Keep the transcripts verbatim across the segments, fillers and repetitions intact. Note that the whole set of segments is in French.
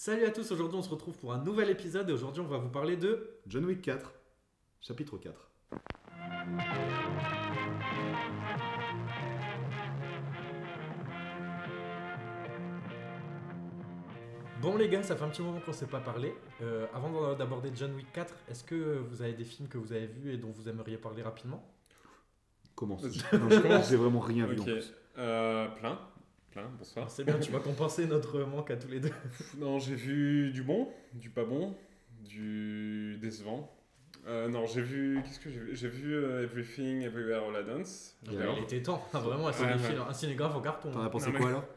Salut à tous, aujourd'hui on se retrouve pour un nouvel épisode et aujourd'hui on va vous parler de... John Wick quatre, chapitre quatre. Bon les gars, ça fait un petit moment qu'on ne s'est pas parlé. Euh, avant d'aborder John Wick quatre, est-ce que vous avez des films que vous avez vus et dont vous aimeriez parler rapidement? Commence. Je- Non, j'ai- j'ai vraiment rien vu en Ok, plus. euh, plein, plein, bonsoir. C'est bien, tu vas compenser notre manque à tous les deux. Pff, Non, j'ai vu du bon, du pas bon, du décevant. Euh, non, j'ai vu, qu'est-ce que j'ai vu J'ai vu euh, Everything Everywhere All at Once. Je Ouais. l'ai Il était temps, ah, vraiment, c'est Ouais, des ouais. films- un cinégramme au carton. T'en as pensé Non, quoi mais- alors?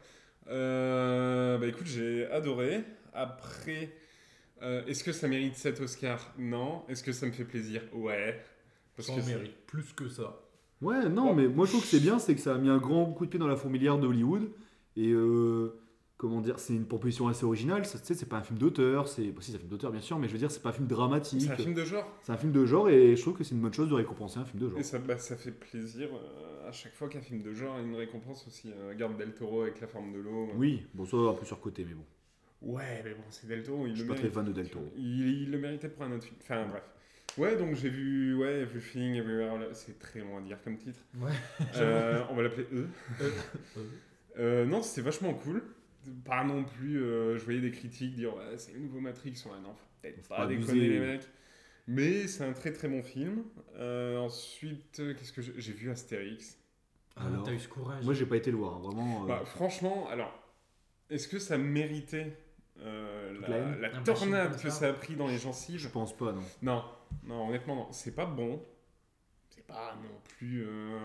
Euh, bah écoute, j'ai adoré. Après, euh, est-ce que ça mérite sept Oscars? Non. Est-ce que ça me fait plaisir? Ouais. Parce Ça que en c'est- mérite plus que ça. Ouais, non, mais moi je trouve que c'est bien, c'est que ça a mis un grand coup de pied dans la fourmilière de Hollywood. Et euh, comment dire, c'est une proposition assez originale. Ça, tu sais, c'est pas un film d'auteur, c'est. Bah, si, c'est un film d'auteur bien sûr, mais je veux dire, c'est pas un film dramatique. c'est un film de genre. C'est un film de genre et je trouve que c'est une bonne chose de récompenser un film de genre. Et ça, bah, ça fait plaisir euh, à chaque fois qu'un film de genre a une récompense aussi. Euh, regarde Del Toro avec La Forme de l'eau. Oui, bon, ça un peu surcoté, mais bon. Ouais, mais bon, c'est Del Toro, il Je suis le pas très mérite. fan de Del Toro. Il, il le méritait pour un autre film. Enfin, bref. Ouais, donc j'ai vu ouais, Everything, Everywhere, All- c'est très long à dire comme titre. Ouais. Euh, on va l'appeler E. Euh, euh, Euh, non, c'était vachement cool. Pas non plus, euh, je voyais des critiques dire ouais, c'est le nouveau Matrix. Ouais, non, faut peut-être Faut pas pas déconner abuser. les mecs. Mais c'est un très très bon film. Euh, ensuite, euh, qu'est-ce que j'ai j'ai vu Astérix. Ah, Alors, t'as eu ce courage. Moi j'ai pas été le voir, hein, vraiment. euh, Bah, franchement, alors, est-ce que ça méritait euh, Toute la, la haine la Un tornade bashing comme que ça. ça a pris dans les je gencives? pense pas, non. Non, non, honnêtement, non. C'est pas bon. C'est pas non plus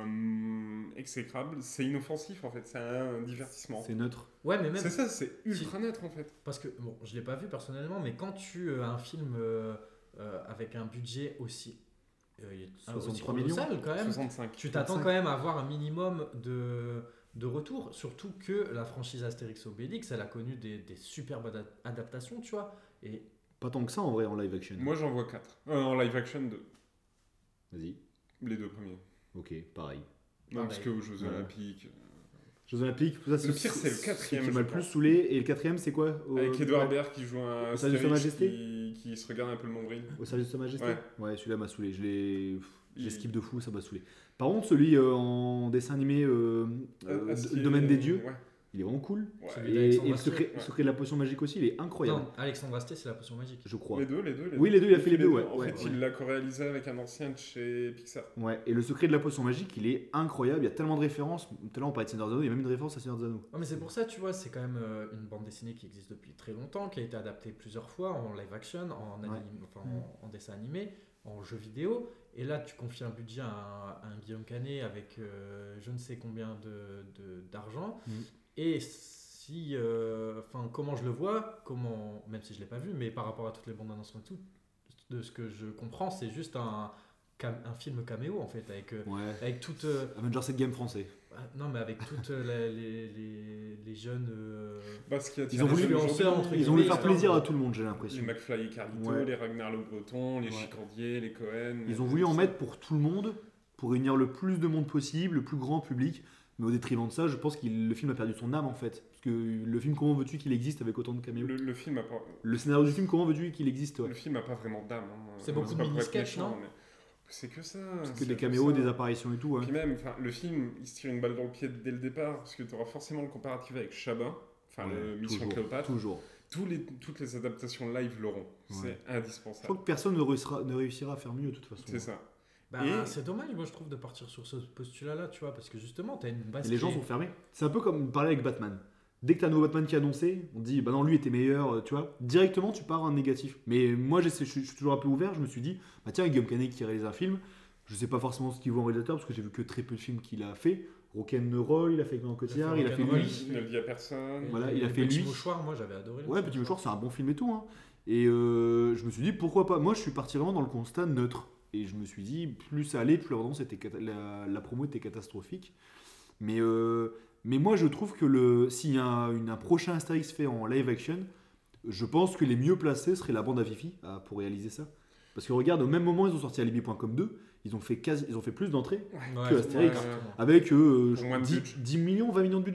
euh, exécrable. C'est inoffensif, en fait. C'est un divertissement. C'est neutre. Ouais, mais même... C'est ça, c'est ultra neutre, en fait. Parce que, bon, je l'ai pas vu personnellement, mais quand tu euh, as un film euh, euh, avec un budget aussi, euh, aussi soixante-trois millions. colossal quand même, soixante-cinq. tu t'attends soixante-cinq. quand même à avoir un minimum de, de retour. Surtout que la franchise Astérix Obélix, elle a connu des, des superbes ada- adaptations, tu vois. Et Pas tant que ça en vrai en live action. Moi, j'en vois quatre. Euh, en live action, deux. Vas-y. Les deux premiers. Ok, pareil. Non, Pareil. parce qu'aux Jeux Ouais. Olympiques. Jeux Olympiques, ça, Le pire, c'est le quatrième, Ce qui je m'a le plus pense. saoulé. Et le quatrième, c'est quoi Au- Avec Edouard ouais. Baird qui joue un Au service de Sa Astérix Majesté qui, qui se regarde un peu le nombril. Au service de Sa Majesté Ouais. Ouais, celui-là m'a saoulé. Je l'ai. Je Il- l'esquive de fou, ça m'a saoulé. Par contre, celui euh, en dessin animé euh, euh, Ah, ce qui Le est- Domaine des Dieux, Ouais. il est vraiment cool. Ouais. Celui Et, d'Alexandre et le, Astier, secret, ouais. le secret de la potion magique aussi, il est incroyable. non, Alexandre Astier, c'est la potion magique. Je crois. Les deux, les deux. Les Oui, les deux, il a fait les deux, ouais, En ouais, fait, ouais. il l'a co-réalisé avec un ancien de chez Pixar. Ouais, et le secret de la potion magique, il est incroyable. Il y a tellement de références. Tout à l'heure, on parlait de Seigneur des Anneaux, il y a même une référence à Seigneur des Anneaux. Ouais, mais c'est pour ça, tu vois, c'est quand même euh, une bande dessinée qui existe depuis très longtemps, qui a été adaptée plusieurs fois en live action, en, anim- Ouais. enfin, en, en dessin animé, en jeu vidéo. Et là, tu confies un budget à un, à un Guillaume Canet avec euh, je ne sais combien de, de- d'argent. Mm. Et si, euh, enfin, comment je le vois, comment, même si je l'ai pas vu, mais par rapport à toutes les bandes annonces et tout, de ce que je comprends, c'est juste un, cam- un film caméo en fait, avec, euh, Ouais. avec toute. euh, Avengers Endgame français. ah, non, mais avec toutes euh, la- les, les, les jeunes. euh, Parce qu'il y a Ils ont voulu- influenceurs, entre Ils ont voulu guillemets, faire plaisir hein. à tout le monde, j'ai Les l'impression. McFly et Carlito, Ouais. les Ragnar Le Breton, les Ouais. Chicordier, les Cohen. Ils ont voulu en mettre pour tout le monde, pour réunir le plus de monde possible, le plus grand public. Mais au détriment de ça, je pense que le film a perdu son âme en fait. Parce que le film, comment veux-tu qu'il existe avec autant de caméos Le, le film a pas. Le scénario du film, comment veux-tu qu'il existe ouais. Le film a pas vraiment d'âme. hein. C'est beaucoup de pas pour être mini-sketchs, méchant, non mais C'est que ça. Parce que c'est des que caméos, ça. des apparitions et tout. hein. Puis même, enfin, le film, il se tire une balle dans le pied dès le départ, parce que tu auras forcément le comparatif avec Chabat, enfin Ouais, le Mission toujours, Cléopâtre. Toujours. Tous les, toutes les adaptations live l'auront. C'est Ouais. Je indispensable. crois que personne ne réussira, ne réussira à faire mieux de toute façon. C'est ça. Bah, Et- c'est dommage, moi je trouve, de partir sur ce postulat-là, tu vois, parce que justement, t'as une base. Et les qui gens est- sont fermés. C'est un peu comme parler avec Batman. Dès que t'as un nouveau Batman qui est annoncé, on dit bah non, lui était meilleur, euh, tu vois. Directement, tu pars en négatif. Mais moi, j'essaie- je suis je suis toujours un peu ouvert. Je me suis dit, bah tiens, Guillaume Canet qui réalise un film, je sais pas forcément ce qu'il voit en réalisateur parce que j'ai vu que très peu de films qu'il a fait. Rock'n'Roll, il a fait avec Marion Cotillard, il a fait Rock'n'Roll. lui. Ne le dis à personne. Voilà, Et il a le fait Petit lui. Mouchoir, moi j'avais adoré. le Ouais, Petit Mouchoir, c'est un bon film et tout. hein. Et euh, je me suis dit, pourquoi pas. Moi, je suis parti vraiment dans le constat neutre. Et je me suis dit, plus ça allait, plus la bande-annonce était cata- la, la promo était catastrophique. Mais, euh, mais moi, je trouve que le, s'il y a un, une- un prochain Astérix fait en live action, je pense que les mieux placés seraient la bande à Fifi à- pour réaliser ça. Parce que regarde, au même moment, ils ont sorti Alibi point com deux, ils ont fait, quasi, ils ont fait plus d'entrées Ouais, que c'est- Astérix. exactement. avec euh, Pour moins de dix, budget. dix millions, vingt millions de budget.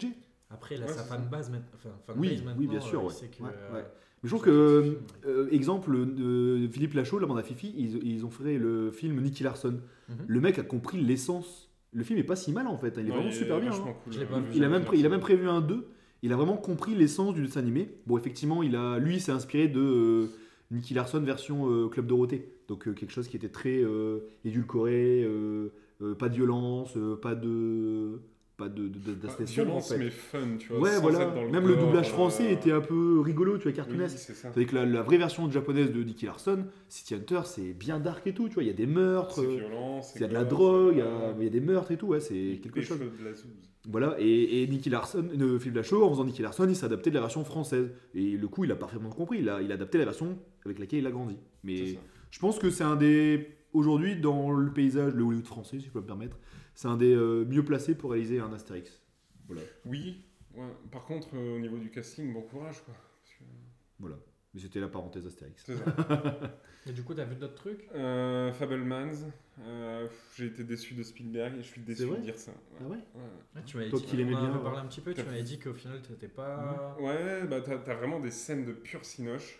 Après, il a Ouais, sa c'est ça. fanbase maintenant. Enfin, fanbase Oui, maintenant, oui, bien sûr, euh, il ouais. sait que, Ouais, euh, ouais. Mais je trouve que que, c'est un film, ouais. euh, exemple, de Philippe Lachaud, la bande à Fifi, ils, ils ont fait le film Nicky Larson. Mhm. Le mec a compris l'essence. Le film est pas si mal en fait, hein, il est Non, vraiment il super bien. vachement hein. cool, Je l'ai euh, pas vu, Il a, j'ai même, vu pré- il a ça. même prévu un deux. Il a vraiment compris l'essence du dessin animé. Bon, effectivement, il a, lui, il s'est inspiré de euh, Nicky Larson version euh, Club Dorothée. Donc, euh, quelque chose qui était très euh, édulcoré, euh, euh, pas de violence, euh, pas de pas de, de- de- Ah, d'aspect sombre en violence fait. mais fun, tu vois. Ouais, sans voilà. être dans le Même le gore, doublage euh, français était un peu rigolo, tu vois, Oui, cartoonesque. c'est ça. C'est que la, la vraie version japonaise de Nicky Larson, City Hunter, c'est bien dark et tout, tu vois. Il y a des meurtres, C'est euh, violent, il y a de la gore, drogue, il y c'est- a, il y a des meurtres et tout, ouais, c'est Il quelque chose. pécho de la zouze. Voilà, et, et Nicky Larson, euh, Philippe Lachaud, en faisant Nicky Larson, il s'est adapté de la version française. Et le coup, il a parfaitement compris, il a, il a adapté la version avec laquelle il a grandi. C'est Mais ça. je pense que c'est un des. Aujourd'hui, dans le paysage, le Hollywood français, si je peux me permettre, c'est un des euh, mieux placés pour réaliser un Astérix. Voilà. Oui, ouais. Par contre, euh, au niveau du casting, bon courage, quoi. Parce que- Voilà. Mais c'était la parenthèse Astérix. C'est ça. Et du coup, t'as vu d'autres trucs? Euh, Fablemans, euh, j'ai été déçu de Spielberg et je suis déçu C'est vrai de dire ça. Ouais. Ah ouais Ouais. Ouais, tu m'avais Toi dit, qui l'aimais on en bien, avait ouais. parlé un petit peu, tu T'as m'avais fait- dit qu'au final, t'étais pas. Ouais, bah t'as, t'as vraiment des scènes de pure cinoche.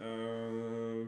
Euh,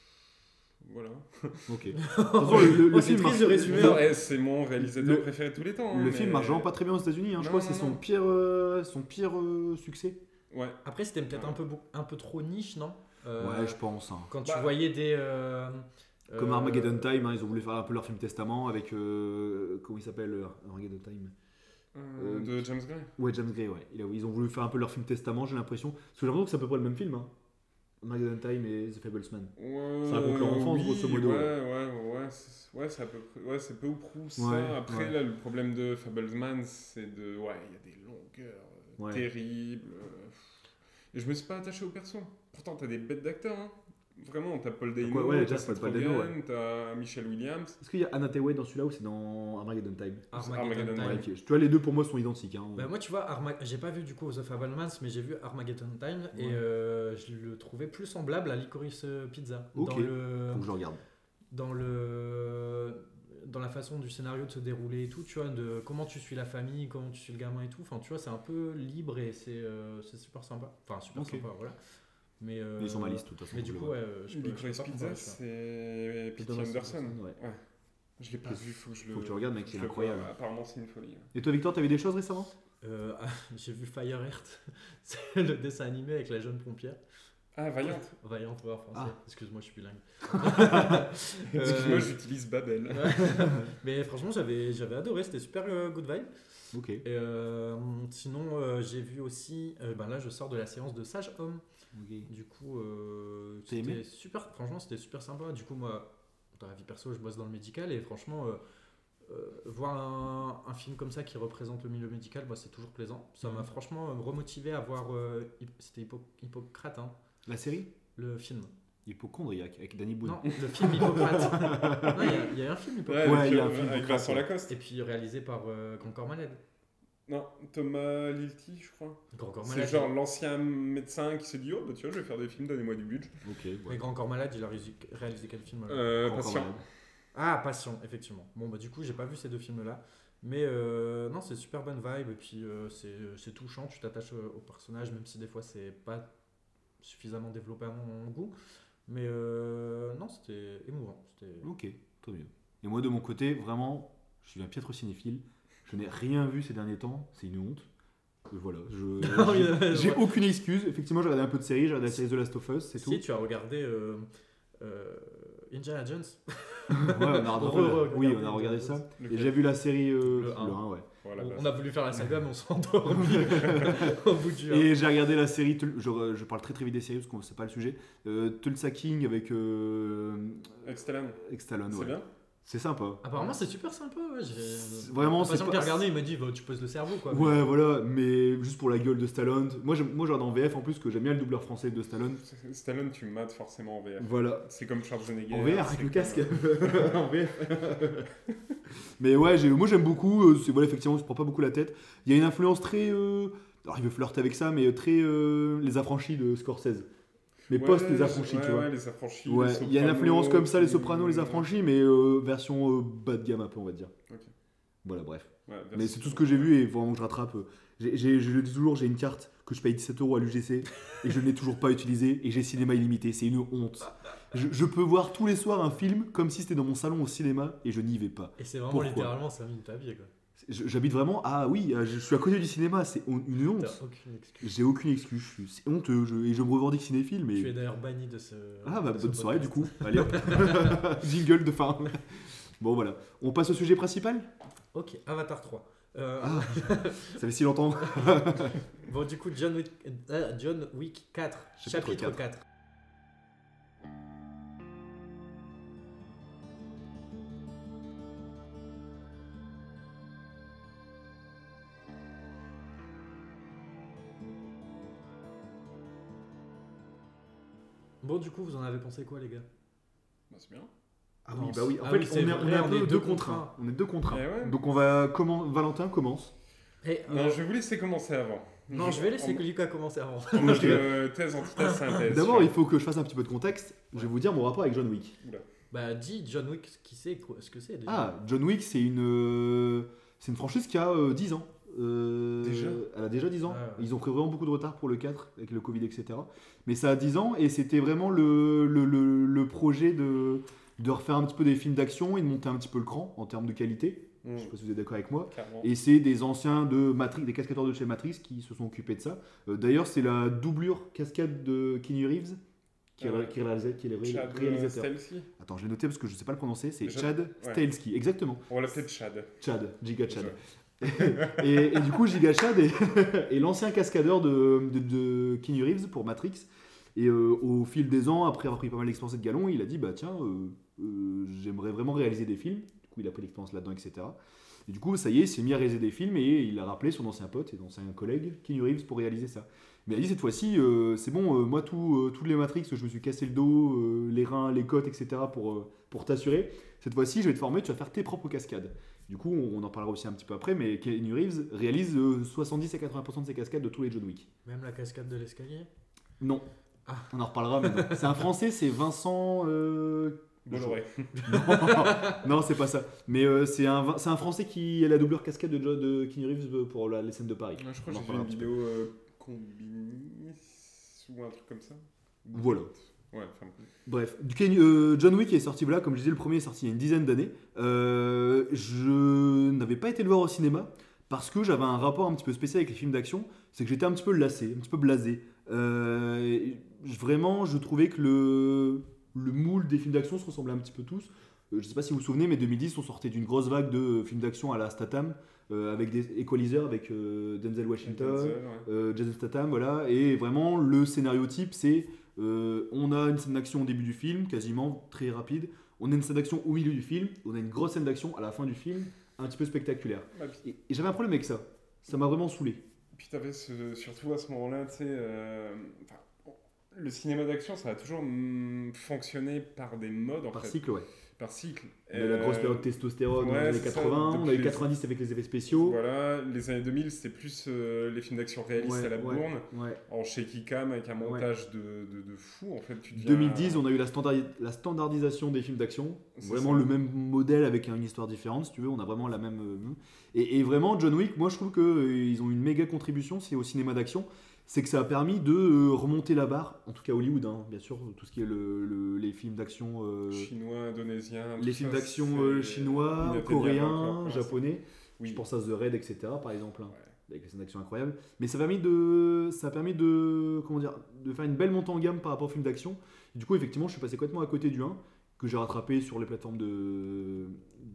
Voilà. Ok. De toute façon, le, le- le Oh, c'est film triste marche. de résumer, le- hein. Ouais, c'est mon réalisateur Le- préféré de tous les temps. hein, Le mais- film marche vraiment pas très bien aux États-Unis. Hein. Je Non, crois que non, c'est son non. pire, euh, son pire euh, succès. Ouais. Après, c'était peut-être Ouais. un, peu, beau- un peu trop niche, non? Euh, Ouais, je pense. hein. Quand tu Bah- voyais des. euh, Comme euh, Armageddon Time, hein, ils ont voulu faire un peu leur film testament avec. euh, comment il s'appelle euh, Armageddon Time Euh, Euh, de James Gray. Ouais, James Gray, ouais. Il a- Ils ont voulu faire un peu leur film testament, j'ai l'impression. Parce que j'ai l'impression que c'est à peu près le même film. Hein. Armageddon Time et The Fablesman. Ouais, C'est un concurrent en France, oui, grosso modo, Ouais, ouais. ouais, ouais, c'est, ouais, c'est à peu près, ouais, c'est peu ou prou ça. Ouais, Après, ouais. là, le problème de Fablesman, c'est de, ouais, il y a des longueurs euh, Ouais. terribles. euh, Et je me suis pas attaché au perso. Pourtant, t'as des bêtes d'acteurs. Hein. Vraiment, t'as Paul Dano, quoi, ouais, t'as déjà, Seth Paul Dano, Rogen, t'as Michelle Williams. Est-ce qu'il y a Anna Thaoué dans celui-là ou c'est dans Armageddon Time Armageddon Armageddon Time. Ouais, ok. Tu vois, les deux pour moi sont identiques. Hein. Bah, moi, tu vois, Arma- j'ai pas vu du coup The Fablemans, mais j'ai vu Armageddon Time et Ouais. euh, je le trouvais plus semblable à Licorice Pizza. Ok. Dans le. Faut que je le regarde. dans le dans la façon du scénario de se dérouler et tout, tu vois, de comment tu suis la famille, comment tu suis le gamin et tout, enfin tu vois, c'est un peu libre et c'est euh, c'est super sympa, enfin super Ok. sympa, voilà. Mais euh, Ils sont ma liste, de toute façon. mais je du le coup, vois. ouais, euh, je peux, je peux Licorice pas Pizza, comparer, tu vois. c'est P T Thomas Anderson. Anderson, ouais. Ouais. Je l'ai pas Qu'est-ce- vu, faut que je le. faut que tu regardes, mec, je c'est le incroyable. vois. Apparemment, c'est une folie. ouais. Et toi, Victor, t'avais des choses récemment Euh, ah, j'ai vu Fire Earth, c'est le dessin animé avec la jeune pompière. Ah, Vaillante. Vaillante ouais, en français. Ah. Excuse-moi, je suis bilingue. Excuse-moi, Euh, j'utilise Babel. Mais franchement, j'avais j'avais adoré, c'était super euh, good vibe. Ok. Et euh, sinon, euh, j'ai vu aussi, euh, ben là, je sors de la séance de Sage Homme. Ok. Du coup, euh, T'as aimé c'était super. Franchement, c'était super sympa. Du coup, moi, dans la vie perso, je bosse dans le médical et franchement, euh, euh, voir un, un film comme ça qui représente le milieu médical, bah, c'est toujours plaisant. Ça m'a franchement euh, remotivé à voir. euh, Hip- c'était Hippo- Hippocrate, hein, La série le film. Hypochondriaque avec Danny Boone. Non, le film Hippocrate. Non, il y a- il y, a un film Hippocrate. Ouais, avec, il y a un euh, film avec pour Vincent ça, ouais. Lacoste. Et puis réalisé par euh, Grand Corps Malade. Non, Thomas Lilti, je crois. Grand Corps C'est Malade. genre l'ancien médecin qui s'est dit, oh bah tu vois, je vais faire des films, donnez-moi du budget. Ok. Mais Ouais. Grand Corps Malade, il a réalisé, réalisé quel film alors Euh, Encore patient. malade. Ah, Patient, effectivement. Bon, bah, du coup, j'ai pas vu ces deux films-là. Mais euh, non, c'est super bonne vibe. Et puis, euh, c'est c'est touchant. Tu t'attaches au, au personnage, même si des fois, c'est pas suffisamment développé à mon goût. Mais euh, non, c'était émouvant. C'était... Ok, très bien. Et moi, de mon côté, vraiment, je suis un piètre cinéphile. Je n'ai rien vu ces derniers temps. C'est une honte. Euh, Voilà. Je, j'ai, j'ai aucune excuse. Effectivement, j'ai regardé un peu de séries. J'ai regardé la série The Last of Us, c'est Si tout. tu as regardé euh, euh, Indiana Jones. Ouais, on a regardé, Re- re- oui, regardez on a regardé Indiana ça. Lequel Et j'ai vu la série euh, Le le un. un, ouais. Voilà, on, bah, on a voulu faire la saga, mais on s'est endormi au bout du un. Et j'ai regardé la série, Tul- je, je parle très très vite des séries parce que c'est pas le sujet. Euh, Tulsa King avec euh, avec Stallone. avec Stallone, C'est ouais. bien. C'est sympa. Apparemment, c'est super sympa. Ouais. J'ai... C'est- vraiment, La c'est personne pas- qui a regardé, il m'a dit bah, tu poses le cerveau. Quoi. Ouais, voilà, mais juste pour la gueule de Stallone. Moi, j'aime- moi, je regarde en V F en plus, que j'aime bien le doubleur français de Stallone. Stallone, tu mates forcément en V F. Voilà. C'est comme Schwarzenegger. En V R c'est avec le comme, casque. euh, En V F. Mais ouais, j'ai- moi j'aime beaucoup. euh, C'est voilà, effectivement, on se prend pas beaucoup la tête. Il y a une influence très. euh, Alors, il veut flirter avec ça, mais très euh, les affranchis de Scorsese. Mais ouais, post les je- affranchis, ouais, tu vois. Ouais, les affranchis. Ouais, les il y a une influence Sopranos, comme ça, les qui- Sopranos, les affranchis, mais euh, version euh, bas de gamme un peu, on va dire. Ok. Voilà, bref. Ouais, Mais c'est tout ce que j'ai vu et vraiment que je rattrape. J'ai, j'ai- je le dis toujours, j'ai une carte que je paye dix-sept euros à l'U G C et je ne l'ai toujours pas utilisée et j'ai cinéma illimité. C'est une honte. Je, je peux voir tous les soirs un film comme si c'était dans mon salon au cinéma et je n'y vais pas. Et c'est vraiment Pourquoi littéralement cinq minutes à pied, quoi. Je- J'habite vraiment. Ah oui, je suis à côté du cinéma, c'est on- une honte. T'as aucune excuse. J'ai aucune excuse, je suis- c'est honteux je- et je me revendique cinéphile. Mais... Tu es d'ailleurs banni de ce. Ah bah de ce bonne soirée du podcast. coup. Allez hop. Jingle de fin. Bon voilà. On passe au sujet principal. Ok, Avatar trois. Euh, Ah, ça fait si longtemps. Bon, du coup, John Wick, euh, John Wick quatre, Chapitre chapitre quatre. quatre. Bon, du coup, vous en avez pensé quoi, les gars? Bah, c'est bien. Ah Non, oui, bah oui. En ah fait, oui, c'est on, est, on vrai, est un on peu est deux deux contre contre un. On est deux contre un. Eh ouais. Donc on va comment Valentin commence. Eh, Non, euh, je vais vous laisser commencer avant. non, je vais laisser en- que Lucas commence avant. En mode euh, thèse, antithèse, synthèse. D'abord, tu il faut que je fasse un petit peu de contexte. Je vais vous dire mon rapport avec John Wick. vois. Oula. Bah, dis John Wick, qui c'est, quoi- ce que c'est déjà? Ah, John Wick, c'est une, euh, c'est une franchise qui a euh, dix ans. Euh, Déjà Elle a déjà dix ans. Ah ouais. Ils ont pris vraiment beaucoup de retard pour le quatre, avec le Covid, et cetera. Mais ça a dix ans et c'était vraiment le, le, le, le projet de, de refaire un petit peu des films d'action et de monter un petit peu le cran en termes de qualité. Mmh, Je sais pas si vous êtes d'accord avec moi. carrément. Et c'est des anciens de Matrix, des cascadeurs de chez Matrix qui se sont occupés de ça. Euh, D'ailleurs, c'est la doublure cascade de Keanu Reeves qui est, Ah ouais. qui est réalisa- qui est le ré- Chad euh, réalisateur. Stahelski. Attends, je l'ai noté parce que je ne sais pas le prononcer. C'est Chad- Chad ouais. Stahelski, exactement. On va l'appeler Chad. Chad, Giga Chad. Ouais. et, et du coup, Giga Chad est, est l'ancien cascadeur de, de, de Keanu Reeves pour Matrix. Et euh, au fil des ans, après avoir pris pas mal d'expérience et de galons, il a dit bah tiens, euh, euh, j'aimerais vraiment réaliser des films. Du coup, il a pris l'expérience là-dedans, et cetera. Et du coup, ça y est, il s'est mis à réaliser des films et il a rappelé son ancien pote et son ancien collègue, Keanu Reeves, pour réaliser ça. Mais il a dit cette fois-ci, euh, c'est bon, euh, moi, tout, euh, tous les Matrix, je me suis cassé le dos, euh, les reins, les côtes, et cetera pour, euh, pour t'assurer. Cette fois-ci, je vais te former, tu vas faire tes propres cascades. Du coup, on, on en parlera aussi un petit peu après, mais Keanu Reeves réalise euh, soixante-dix à quatre-vingts pour cent de ses cascades de tous les John Wick. Même la cascade de l'escalier? Non. Ah. On en reparlera maintenant. C'est un français, c'est Vincent. euh, Bolloré. non, non, c'est pas ça. Mais euh, c'est un, c'est un français qui est la doublure cascade de, Jo- de Keanu Reeves pour la, les scènes de Paris. Ouais, je crois On que en j'ai vu reparlera une un petit peu. vidéo euh, Combinis ou un truc comme ça. Voilà. Ouais, enfin. Bref, du Ken- euh, John Wick est sorti voilà, comme je disais, le premier est sorti il y a une dizaine d'années. Euh, je n'avais pas été le voir au cinéma parce que j'avais un rapport un petit peu spécial avec les films d'action. C'est que j'étais un petit peu lassé, un petit peu blasé. Euh, je- vraiment, je trouvais que le, le moule des films d'action se ressemblait un petit peu tous. Euh, je ne sais pas si vous vous souvenez, mais deux mille dix, on sortait d'une grosse vague de films d'action à la Statham, euh, avec des Equalizer, avec euh, Denzel Washington, Denzel, ouais. euh, Jason Statham, voilà. Et vraiment, le scénario type, c'est euh, on a une scène d'action au début du film, quasiment très rapide. On a une scène d'action au milieu du film. On a une grosse scène d'action à la fin du film, un petit peu spectaculaire. Ouais, puis- Et, et j'avais un problème avec ça. Ça m'a vraiment saoulé. Puis t'avais ce, surtout à ce moment-là, tu sais, euh, enfin, le cinéma d'action, ça a toujours mm, fonctionné par des modes, en Par fait, cycle, ouais. par cycle. On a eu la grosse Euh, période testostérone dans ouais, les années c'est ça, quatre-vingts. On a depuis eu les- quatre-vingt-dix avec les effets spéciaux. Voilà, les années deux mille, c'était plus euh, les films d'action réalistes Ouais, à la ouais, bourne, ouais. en shaky cam avec un montage de, de, de fou, en fait. Tu deviens- deux mille dix, on a eu la, standardi- la standardisation des films d'action. C'est Vraiment ça. le même modèle avec une histoire différente, si tu veux. On a vraiment la même. euh, Et, et vraiment, John Wick, moi je trouve qu'ils ont une méga contribution, c'est au cinéma d'action. C'est que ça a permis de euh, remonter la barre, en tout cas Hollywood, hein, bien sûr, tout ce qui est le, le- les films d'action. euh, Chinois, indonésiens. les tout films ça, d'action c'est euh, chinois, inatteignable coréens, encore, quoi. japonais. Oui. Je pense à The Raid, et cetera par exemple, hein, Ouais. avec les scènes d'action incroyables. Mais ça a permis de, ça a permis de, comment dire, de faire une belle montée en gamme par rapport aux films d'action. Et du coup, effectivement, je suis passé complètement à côté du un, que j'ai rattrapé sur les plateformes de,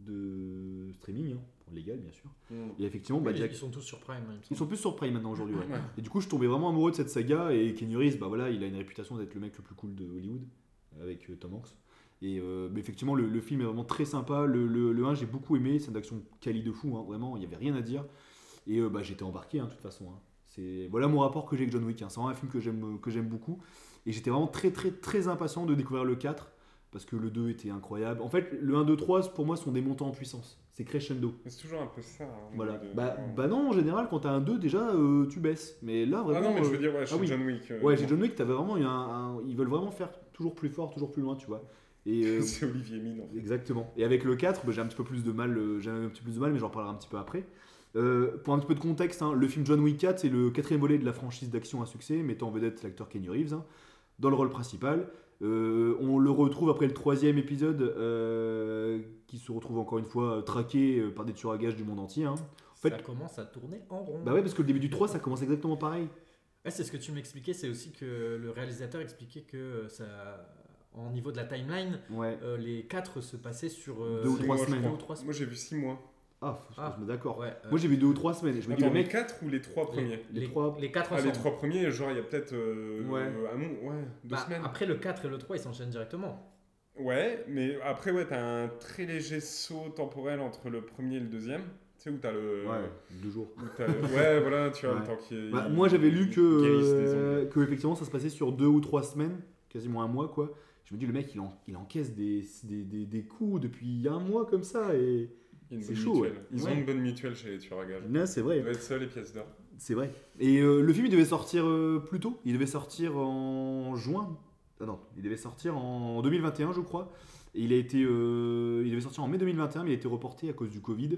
de streaming, hein, légal bien sûr. Mm. Et effectivement, bah, Oui, Jack- ils sont tous sur Prime, il me ils semble. sont plus sur Prime maintenant aujourd'hui. Ouais. Ouais. Et du coup, je tombais vraiment amoureux de cette saga. Et Keanu Reeves, bah voilà, il a une réputation d'être le mec le plus cool de Hollywood, avec euh, Tom Hanks. Et euh, mais effectivement, le, le film est vraiment très sympa. Le, le, le un, j'ai beaucoup aimé. C'est une action quali de fou, hein, vraiment, il n'y avait rien à dire. Et euh, bah, j'étais embarqué, hein, de toute façon. Hein. C'est, voilà mon rapport que j'ai avec John Wick. Hein. C'est vraiment un film que j'aime, que j'aime beaucoup. Et j'étais vraiment très, très, très impatient de découvrir le quatre. Parce que le deux était incroyable. En fait, le un, deux, trois, pour moi, sont des montants en puissance. C'est crescendo. Mais c'est toujours un peu ça. hein, Voilà. de- Bah, ouais. bah non, en général, quand t'as un deux, déjà, euh, tu baisses. Mais là, Ah vraiment. non, mais je euh, veux dire, ouais, chez ah oui. John Wick. euh, Ouais, bon. chez John Wick, t'avais vraiment eu un, un- ils veulent vraiment faire toujours plus fort, toujours plus loin, tu vois. Et, euh, C'est Olivier Mine en fait. exactement. Et avec le quatre, bah, j'ai un petit peu plus de mal, euh, j'ai un petit peu plus de mal, mais j'en reparlerai un petit peu après. Euh, pour un petit peu de contexte, hein, le film John Wick quatre, c'est le quatrième volet de la franchise d'action à succès, mettant en vedette l'acteur Keanu Reeves hein, dans le rôle principal. Euh, on le retrouve après le troisième épisode, euh, qui se retrouve encore une fois euh, traqué euh, par des tueurs à gages du monde entier. Hein. En fait, Ça commence à tourner en rond. bah ouais, parce que le début du trois, ça commence exactement pareil. Ouais, c'est ce que tu m'expliquais, c'est aussi que le réalisateur expliquait que ça, en niveau de la timeline, Ouais. euh, les quatre se passaient sur euh, Deux ou Six trois mois, je semaines. crois. Deux ou trois Moi j'ai vu six mois. Ah, faut que Ah. je me d'accord. Ouais, euh, Moi j'ai vu deux ou trois semaines. Et je me dis, Attends, le les mec. quatre ou les trois premiers Les les, trois- les quatre Ah, ensemble. les trois premiers, genre il y a peut-être euh, Ouais. un mois, ouais, deux Bah, semaines. après le quatre et le trois, ils s'enchaînent directement. Ouais, mais après, ouais, t'as un très léger saut temporel entre le premier et le deuxième. Tu sais, où t'as le. Ouais, deux jours. où t'as le- Ouais, voilà, tu vois, Ouais. le temps qui Bah, moi j'avais lu que, guérisse les euh, ongles. que effectivement ça se passait sur deux ou trois semaines, quasiment un mois quoi. Je me dis le mec il, en, il encaisse des, des, des, des coups depuis un mois comme ça et Il y a une c'est bonne chaud, mutuelle. ouais. Ils Ouais. ont une bonne mutuelle chez les tueurs à gages. là c'est Ça vrai, doit être ça les pièces d'or. c'est vrai. Et euh, le film il devait sortir euh, plus tôt, il devait sortir en juin, ah non, il devait sortir en deux mille vingt et un je crois. Et il a été, euh, il devait sortir en mai deux mille vingt et un mais il a été reporté à cause du Covid.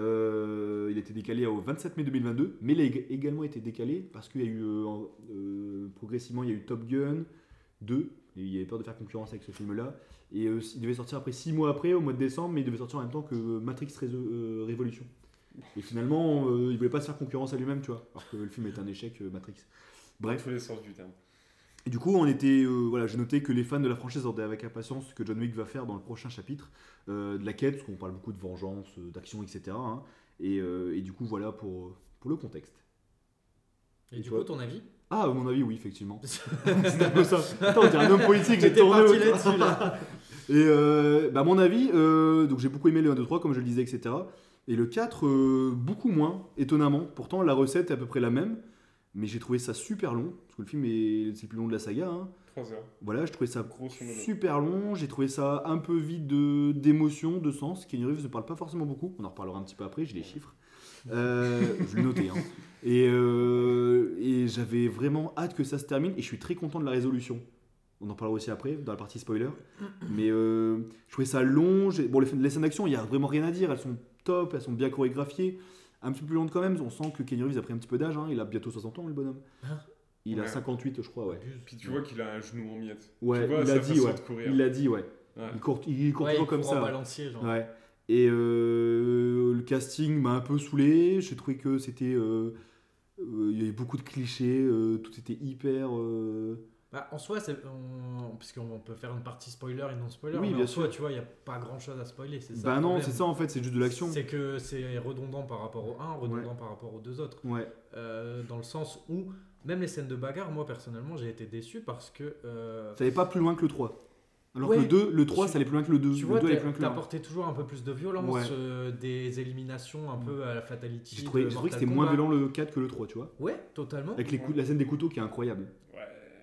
Euh, il a été décalé au vingt-sept mai deux mille vingt-deux, mais il a ég- également été décalé parce qu'il y a eu euh, euh, progressivement il y a eu Top Gun deux, et il y avait peur de faire concurrence avec ce film-là, et euh, il devait sortir après six mois après, au mois de décembre, mais il devait sortir en même temps que Matrix Rés- euh, Révolution. Et finalement, euh, il voulait pas se faire concurrence à lui-même, tu vois, alors que le film est un échec, euh, Matrix. Dans Bref. tous les sens du terme. Et du coup, on était, euh, voilà, j'ai noté que les fans de la franchise attendaient avec impatience ce que John Wick va faire dans le prochain chapitre euh, de la quête, parce qu'on parle beaucoup de vengeance, euh, d'action, et cetera hein. et, euh, et du coup, voilà pour, pour le contexte. Et, Et du toi coup, ton avis Ah, à mon avis, oui, effectivement. C'est un peu ça. Attends, t'es un homme politique, j'ai J'étais tourné parti autour. là-dessus là. Et euh, bah, à mon avis, euh, donc j'ai beaucoup aimé le un, deux, trois, comme je le disais, et cetera. Et le quatre, euh, beaucoup moins, étonnamment. Pourtant, la recette est à peu près la même. Mais j'ai trouvé ça super long, parce que le film est c'est le plus long de la saga. Hein. trois heures. Voilà, je trouvais ça Grosso modo. super long. J'ai trouvé ça un peu vide de- d'émotion, de sens. Keanu Reeves ne parle pas forcément beaucoup. On en reparlera un petit peu après, j'ai les chiffres. Euh, je l'ai noté. Hein. Et, euh, et j'avais vraiment hâte que ça se termine. Et je suis très content de la résolution. On en parlera aussi après, dans la partie spoiler. Mais euh, je trouvais ça long. J'ai- Bon, les, les scènes d'action, il n'y a vraiment rien à dire. Elles sont top, elles sont bien chorégraphiées. Un petit peu plus lentes quand même. On sent que Keanu Reeves a pris un petit peu d'âge. Hein. Il a bientôt soixante ans, le bonhomme. Hein Il a Ouais. cinquante-huit, je crois, ouais. Puis tu vois qu'il a un genou en miettes. Ouais, tu vois il sa l'a dit, façon ouais. de courir. Il l'a dit, ouais. Ouais. Il court, il court Ouais, toujours il comme court en ça. balancier, genre. Ouais. Et euh, le casting m'a un peu saoulé. J'ai trouvé que c'était. euh, euh, il y avait beaucoup de clichés. euh, tout était hyper. euh, Bah, en soi, c'est- on... puisqu'on peut faire une partie spoiler et non spoiler, Oui, mais bien en soi, sûr. tu vois, il n'y a pas grand chose à spoiler. C'est ça, Bah le non, problème. c'est ça en fait, c'est juste de l'action. C'est que c'est redondant par rapport au un, redondant par rapport aux deux autres. Ouais. Euh, dans le sens où, même les scènes de bagarre, moi personnellement, j'ai été déçu parce que. euh, Ça allait pas plus loin que le trois. Alors Ouais. que le deux, le trois, Tu- ça allait plus loin que le deux. Tu le vois, deux allait plus loin que le un. t'apportais toujours un peu plus de violence, Ouais. euh, des éliminations un peu à la Fatality. J'ai trouvé, de j'ai trouvé que Mortal c'était moins Kombat. violent le quatre que le trois, tu vois. Ouais, totalement. Avec les coups- la scène des couteaux qui est incroyable. Ouais.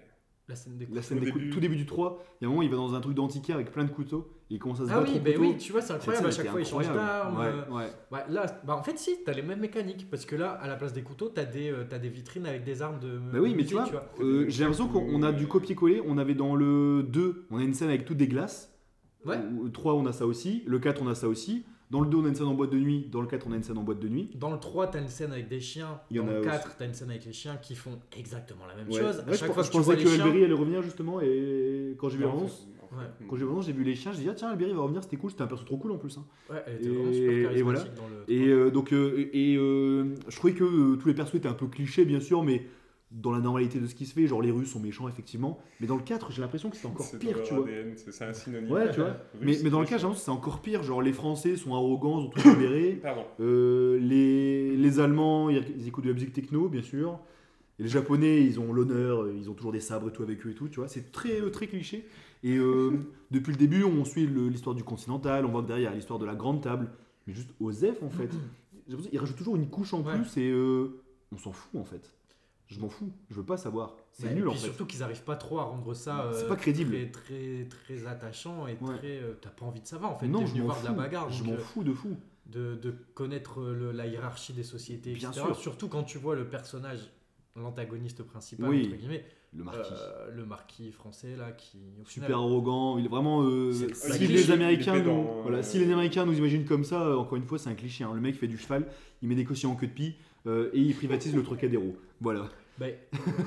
La scène des La scène Au des coups- début. tout début du trois, il y a un moment, il va dans un truc d'antiquaire avec plein de couteaux. Et il commence à se Ah battre oui, au ben couteau. oui, tu vois, c'est Cette incroyable. À scène chaque était fois, il change incroyable. d'arme. euh, Ouais, ouais. Ouais, là, bah en fait, si, t'as les mêmes mécaniques. Parce que là, à la place des couteaux, t'as des, euh, t'as des vitrines avec des armes de. Bah oui, de mais tu musée, vois, euh, j'ai l'impression qu'on a du copier-coller. On avait dans le deux, on a une scène avec toutes des glaces. Ouais. Le trois, on a ça aussi. Le quatre, on a ça aussi. Dans le deux, on a une scène en boîte de nuit. Dans le quatre, on a une scène en boîte de nuit. Dans le trois, t'as une scène avec des chiens. Il y en Dans a le aussi. quatre, t'as une scène avec les chiens qui font exactement la même Ouais. chose. Ouais, À je chaque pense- fois je que tu vois pensais les que chiens. Alberi allait revenir justement. Et quand j'ai vu Non, en l'annonce, fait, en Ouais. fait, quand j'ai vu l'annonce, j'ai vu les chiens. J'ai dit, ah tiens, Alberi va revenir, c'était cool. C'était un perso trop cool en plus. Hein. Ouais, elle était Et- vraiment super et charismatique voilà. dans le. Et euh, donc, euh, et euh, je trouvais que euh, tous les persos étaient un peu clichés, bien sûr, mais dans la normalité de ce qui se fait, genre les Russes sont méchants, effectivement. Mais dans le quatre, j'ai l'impression que c'est encore c'est pire, dans tu leur vois. A D N, c'est c'est un synonyme. Ouais, tu vois. Russe, Mais, mais dans le russe. cas, j'ai l'impression que c'est encore pire. Genre, les Français sont arrogants, ils ont tout libéré. Pardon. Euh, les, les Allemands, ils, ils écoutent de la musique techno, bien sûr. Et les Japonais, ils ont l'honneur, ils ont toujours des sabres et tout avec eux et tout, tu vois. C'est très, euh, très cliché. Et euh, depuis le début, on suit le- l'histoire du Continental, on voit que derrière, il y a l'histoire de la Grande Table. Mais juste Osef, en fait. J'ai l'impression qu'ils rajoutent toujours une couche en Ouais. plus et euh, on s'en fout, en fait. Je m'en fous, je veux pas savoir. C'est Ouais, et nul, en puis fait. surtout qu'ils arrivent pas trop à rendre ça. C'est euh, pas crédible. Très, très, très attachant et Ouais. très. euh, T'as pas envie de savoir en fait. Non, T'es je venu m'en voir fous. de la bagarre. Je donc, m'en euh, fous de fou. de, de connaître le- la hiérarchie des sociétés, Bien et cetera. sûr. Surtout quand tu vois le personnage, l'antagoniste principal, Oui. entre guillemets, Le marquis. Euh, le marquis français là qui au Super final, arrogant, il est vraiment. Euh, C'est- si c'est les cliché, Américains, il est nous, dans, voilà, euh, si les Américains nous imaginent comme ça, euh, encore une fois, c'est un cliché. Hein. Le mec fait du cheval, il met des cochons en queue de pie euh, et il privatise le Trocadéro. Voilà. ben,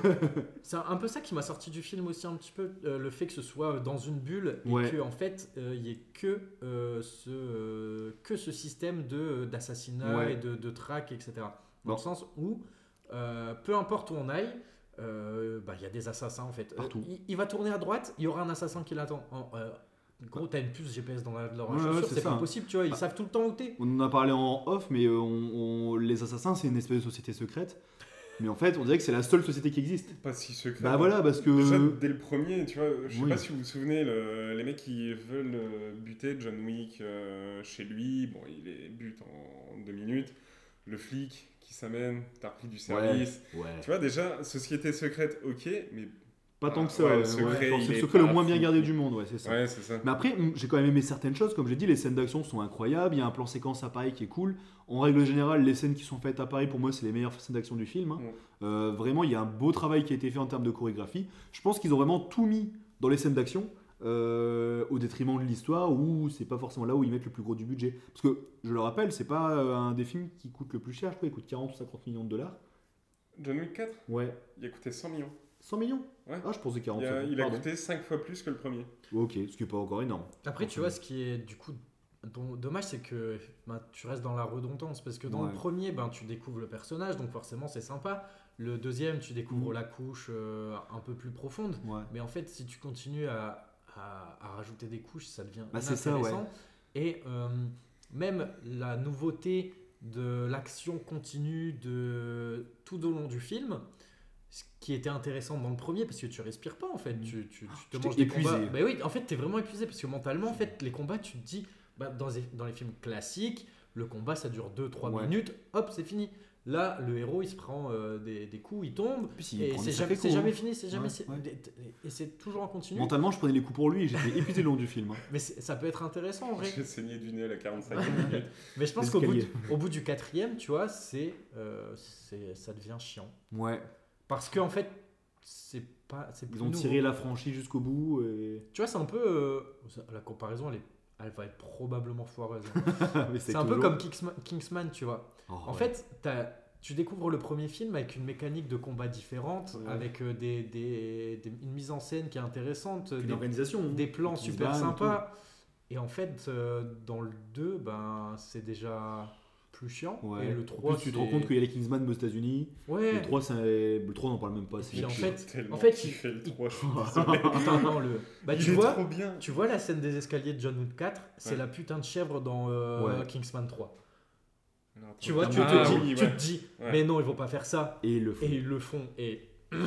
c'est un peu ça qui m'a sorti du film aussi un petit peu, euh, le fait que ce soit dans une bulle et Ouais. que en fait euh, il y ait que euh, ce euh, que ce système de d'assassinat Ouais. et de, de traque, et cetera. Dans Bon. le sens où euh, peu importe où on aille, euh, bah, il y a des assassins en fait. Euh, Partout. il, il va tourner à droite, il y aura un assassin qui l'attend. En- euh, gros, t'as une puce G P S dans la, dans la Ouais, chaussure, ouais, c'est c'est ça, pas hein. possible, tu vois. Ils Ah. savent tout le temps où t'es. On en a parlé en off, mais euh, on, on- les assassins, c'est une espèce de société secrète. Mais en fait, on dirait que c'est la seule société qui existe. Pas si secret. Bah voilà, parce que. Déjà, dès le premier, tu vois, je sais Oui. pas si vous vous souvenez, le- les mecs qui veulent euh, buter John Wick euh, chez lui, bon, il les bute en deux minutes. Le flic qui s'amène, t'as repris du service. Ouais. Tu vois, déjà, société secrète, ok, mais. Pas tant Ah, que ça. ouais, le ouais, secret, ouais. Genre, il c'est le est secret le pas moins bien fou. gardé du monde, ouais, c'est ça. Ouais, c'est ça. Mais après, mm, j'ai quand même aimé certaines choses. Comme j'ai dit, les scènes d'action sont incroyables. Il y a un plan séquence à Paris qui est cool. En règle générale, les scènes qui sont faites à Paris, pour moi, c'est les meilleures scènes d'action du film. hein. Mm. Euh, vraiment, il y a un beau travail qui a été fait en termes de chorégraphie. Je pense qu'ils ont vraiment tout mis dans les scènes d'action, euh, au détriment de l'histoire, où c'est pas forcément là où ils mettent le plus gros du budget. Parce que, je le rappelle, c'est pas euh, un des films qui coûte le plus cher. Je crois qu'il coûte quarante ou cinquante millions de dollars. John Wick quatre, Ouais. il a coûté cent millions. cent millions Ouais. Ah, je pensais quarante. Il a, cinquante, il a pardon. coûté cinq fois plus que le premier. Ok, ce qui est pas encore énorme. Après, tu vois, ce qui est du coup don- dommage, c'est que ben, tu restes dans la redondance. Parce que dans Ouais. le premier, ben, tu découvres le personnage, donc forcément, c'est sympa. Le deuxième, tu découvres Mhm. la couche euh, un peu plus profonde. Ouais. Mais en fait, si tu continues à, à- à rajouter des couches, ça devient Bah, c'est ça, inintéressant. Et euh, même la nouveauté de l'action continue de tout au long du film, ce qui était intéressant dans le premier, parce que tu respires pas en fait, Mhm. tu, tu, tu te J'étais manges des épuisé. combats. Bah oui, en fait, t'es vraiment épuisé parce que mentalement, en fait, les combats, tu te dis, bah, dans, les, dans les films classiques, le combat ça dure deux trois Ouais. minutes, hop, c'est fini. Là, le héros il se prend euh, des, des coups, il tombe, Puis, il et prend c'est des jamais, sacrés c'est coups, jamais hein. fini, c'est jamais. Ouais, c'est- ouais. Et c'est toujours en continu. Mentalement, je prenais les coups pour lui et j'étais épuisé le long du film. hein. Mais c'est- ça peut être intéressant en vrai. J'ai saigné du nez à la quarante-cinquième minute. Mais je pense qu'au bout, L'escalier. du, au bout du quatrième, tu vois, c'est, euh, c'est, ça devient chiant. Ouais. Parce qu'en fait, c'est pas. C'est plus Ils ont nouveau. tiré la franchise jusqu'au bout. Et... Tu vois, c'est un peu. euh, ça- la comparaison, elle, est, elle va être probablement foireuse. hein. Mais c'est un peu toujours- comme Kingsman, Kingsman, tu vois. Oh, En ouais. fait, t'as- tu découvres le premier film avec une mécanique de combat différente, Ouais. avec euh, des, des- des- une mise en scène qui est intéressante, Une des, organisation. hein. des plans Qui se super battent et sympas. Et en fait, euh, dans le deux, ben, c'est déjà plus chiant. Ouais. Et le En trois, plus, tu te c'est- rends compte qu'il y a les Kingsman aux États-Unis. Ouais. Le trois, c'est... le trois, on n'en parle même pas. Et c'est puis en quelque fait, chose. Tellement en fait, kiffé il- le il- trois, je suis désolé. Putain, non, le... bah, Il tu est vois, trop bien. tu vois la scène des escaliers de John Wick quatre, c'est Ouais. la putain de chèvre dans euh, Ouais. Kingsman trois. Alors, attends. Tu vois, tu, Ah, te, dis, oui, tu ouais. te dis, Ouais. mais non, ils vont pas faire ça. Et le fond. Et ils le font. Et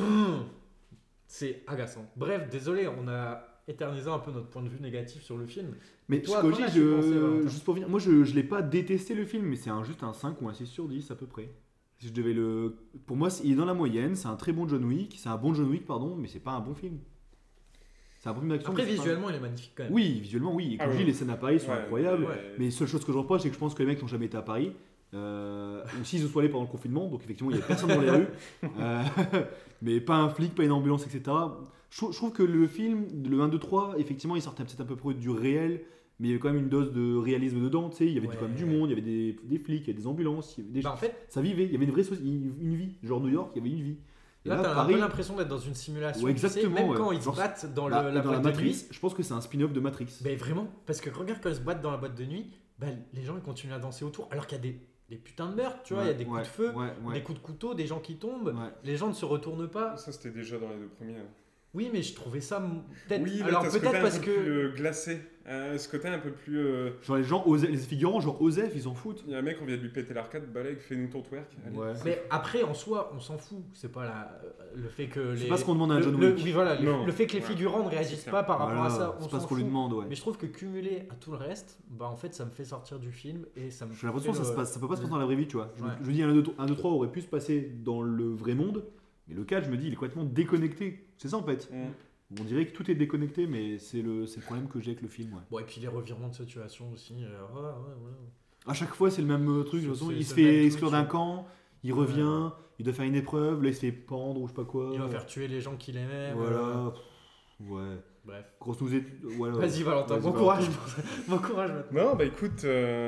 c'est agaçant. Bref, désolé, on a éternisé un peu notre point de vue négatif sur le film. Mais toi, toi, qu'en je, as-tu pensé, Valentin juste pour venir, moi je, je l'ai pas détesté le film, mais c'est un, juste un cinq ou un six sur dix à peu près. Si je devais le... Pour moi, c'est- il est dans la moyenne, c'est un très bon John Wick, c'est un bon John Wick, pardon, mais c'est pas un bon film. C'est un bon film d'action. Après, mais c'est pas- visuellement, il est magnifique quand même. Oui, visuellement, oui. Et comme Ah je dis, ouais. les scènes à Paris sont Ouais, incroyables. ouais. Mais seule chose que je reproche, c'est que je pense que les mecs n'ont jamais été à Paris. Euh, ou s'ils sont allés pendant le confinement, donc effectivement, il n'y a personne dans les rues. Euh, mais pas un flic, pas une ambulance, et cetera. Je, trou- je trouve que le film, le un, deux, trois, effectivement, il sortait peut-être un peu près du réel, mais il y avait quand même une dose de réalisme dedans. Tu sais, il y avait Ouais. quand même du monde, il y avait des, des flics, il y avait des ambulances, il y avait des Bah, en fait, ça vivait, il y avait une vraie soci- une, une vie. Genre New York, il y avait une vie. Et là, t'as un Paris, peu l'impression d'être dans une simulation. Ouais, tu sais, exactement, même ouais. quand ils se Genre, battent dans le- bah, la dans la boîte de Matrix, nuit. je pense que c'est un spin-off de Matrix. Mais vraiment, parce que regarde quand ils se battent dans la boîte de nuit, bah, les gens ils continuent à danser autour, alors qu'il y a des, des putains de meurtres, tu vois, il y a des coups Ouais, de feu, ouais, ouais. des coups de couteau, des gens qui tombent, Ouais. les gens ne se retournent pas. Ça, c'était déjà dans les deux premiers. hein. Oui, mais je trouvais ça m- peut-être. Oui, alors alors, peut-être un parce peu que. plus euh, glacé. Euh, ce côté un peu plus. euh, Genre les gens, osaient- les figurants, genre Osef, ils s'en foutent. Il y a un mec, on vient de lui péter l'arcade, balègue, fais-nous ton twerk. Allez. Ouais. Mais après, en soi, on s'en fout. C'est pas la... le fait que les. C'est pas ce qu'on demande à un le- John le- Wick. Oui, voilà, le, Non. le fait que les Ouais. figurants ne C'est réagissent clair. pas par rapport Voilà, à ça, on c'est pas s'en ce qu'on lui fout. demande, ouais. Mais je trouve que cumulé à tout le reste, bah en fait, ça me fait sortir du film et ça me. J'ai l'impression que fait ça, se le- passe, ça peut pas se le- passer dans la vraie vie, tu vois. Je, me- Ouais. je me dis, un, deux, trois aurait pu se passer dans le vrai monde, mais le quatre, je me dis, il est complètement déconnecté. C'est ça en fait. Mm. On dirait que tout est déconnecté, mais c'est le, c'est le problème que j'ai avec le film. Ouais. Bon, et puis les revirements de situation aussi. euh, ouais, ouais, ouais. À chaque fois, c'est le même euh, truc. De toute façon, C'est- il se c'est le même fait truc, exclure d'un ouais. camp, Il revient, il doit faire une épreuve, là il se fait pendre ou je sais pas quoi. Il va faire tuer les gens qu'il aimait. Voilà. euh, Pff, Ouais. Bref. Grosse news. Voilà. Vas-y Valentin, Vas-y, bon Valentin. courage. Bon courage maintenant. Non, bah écoute,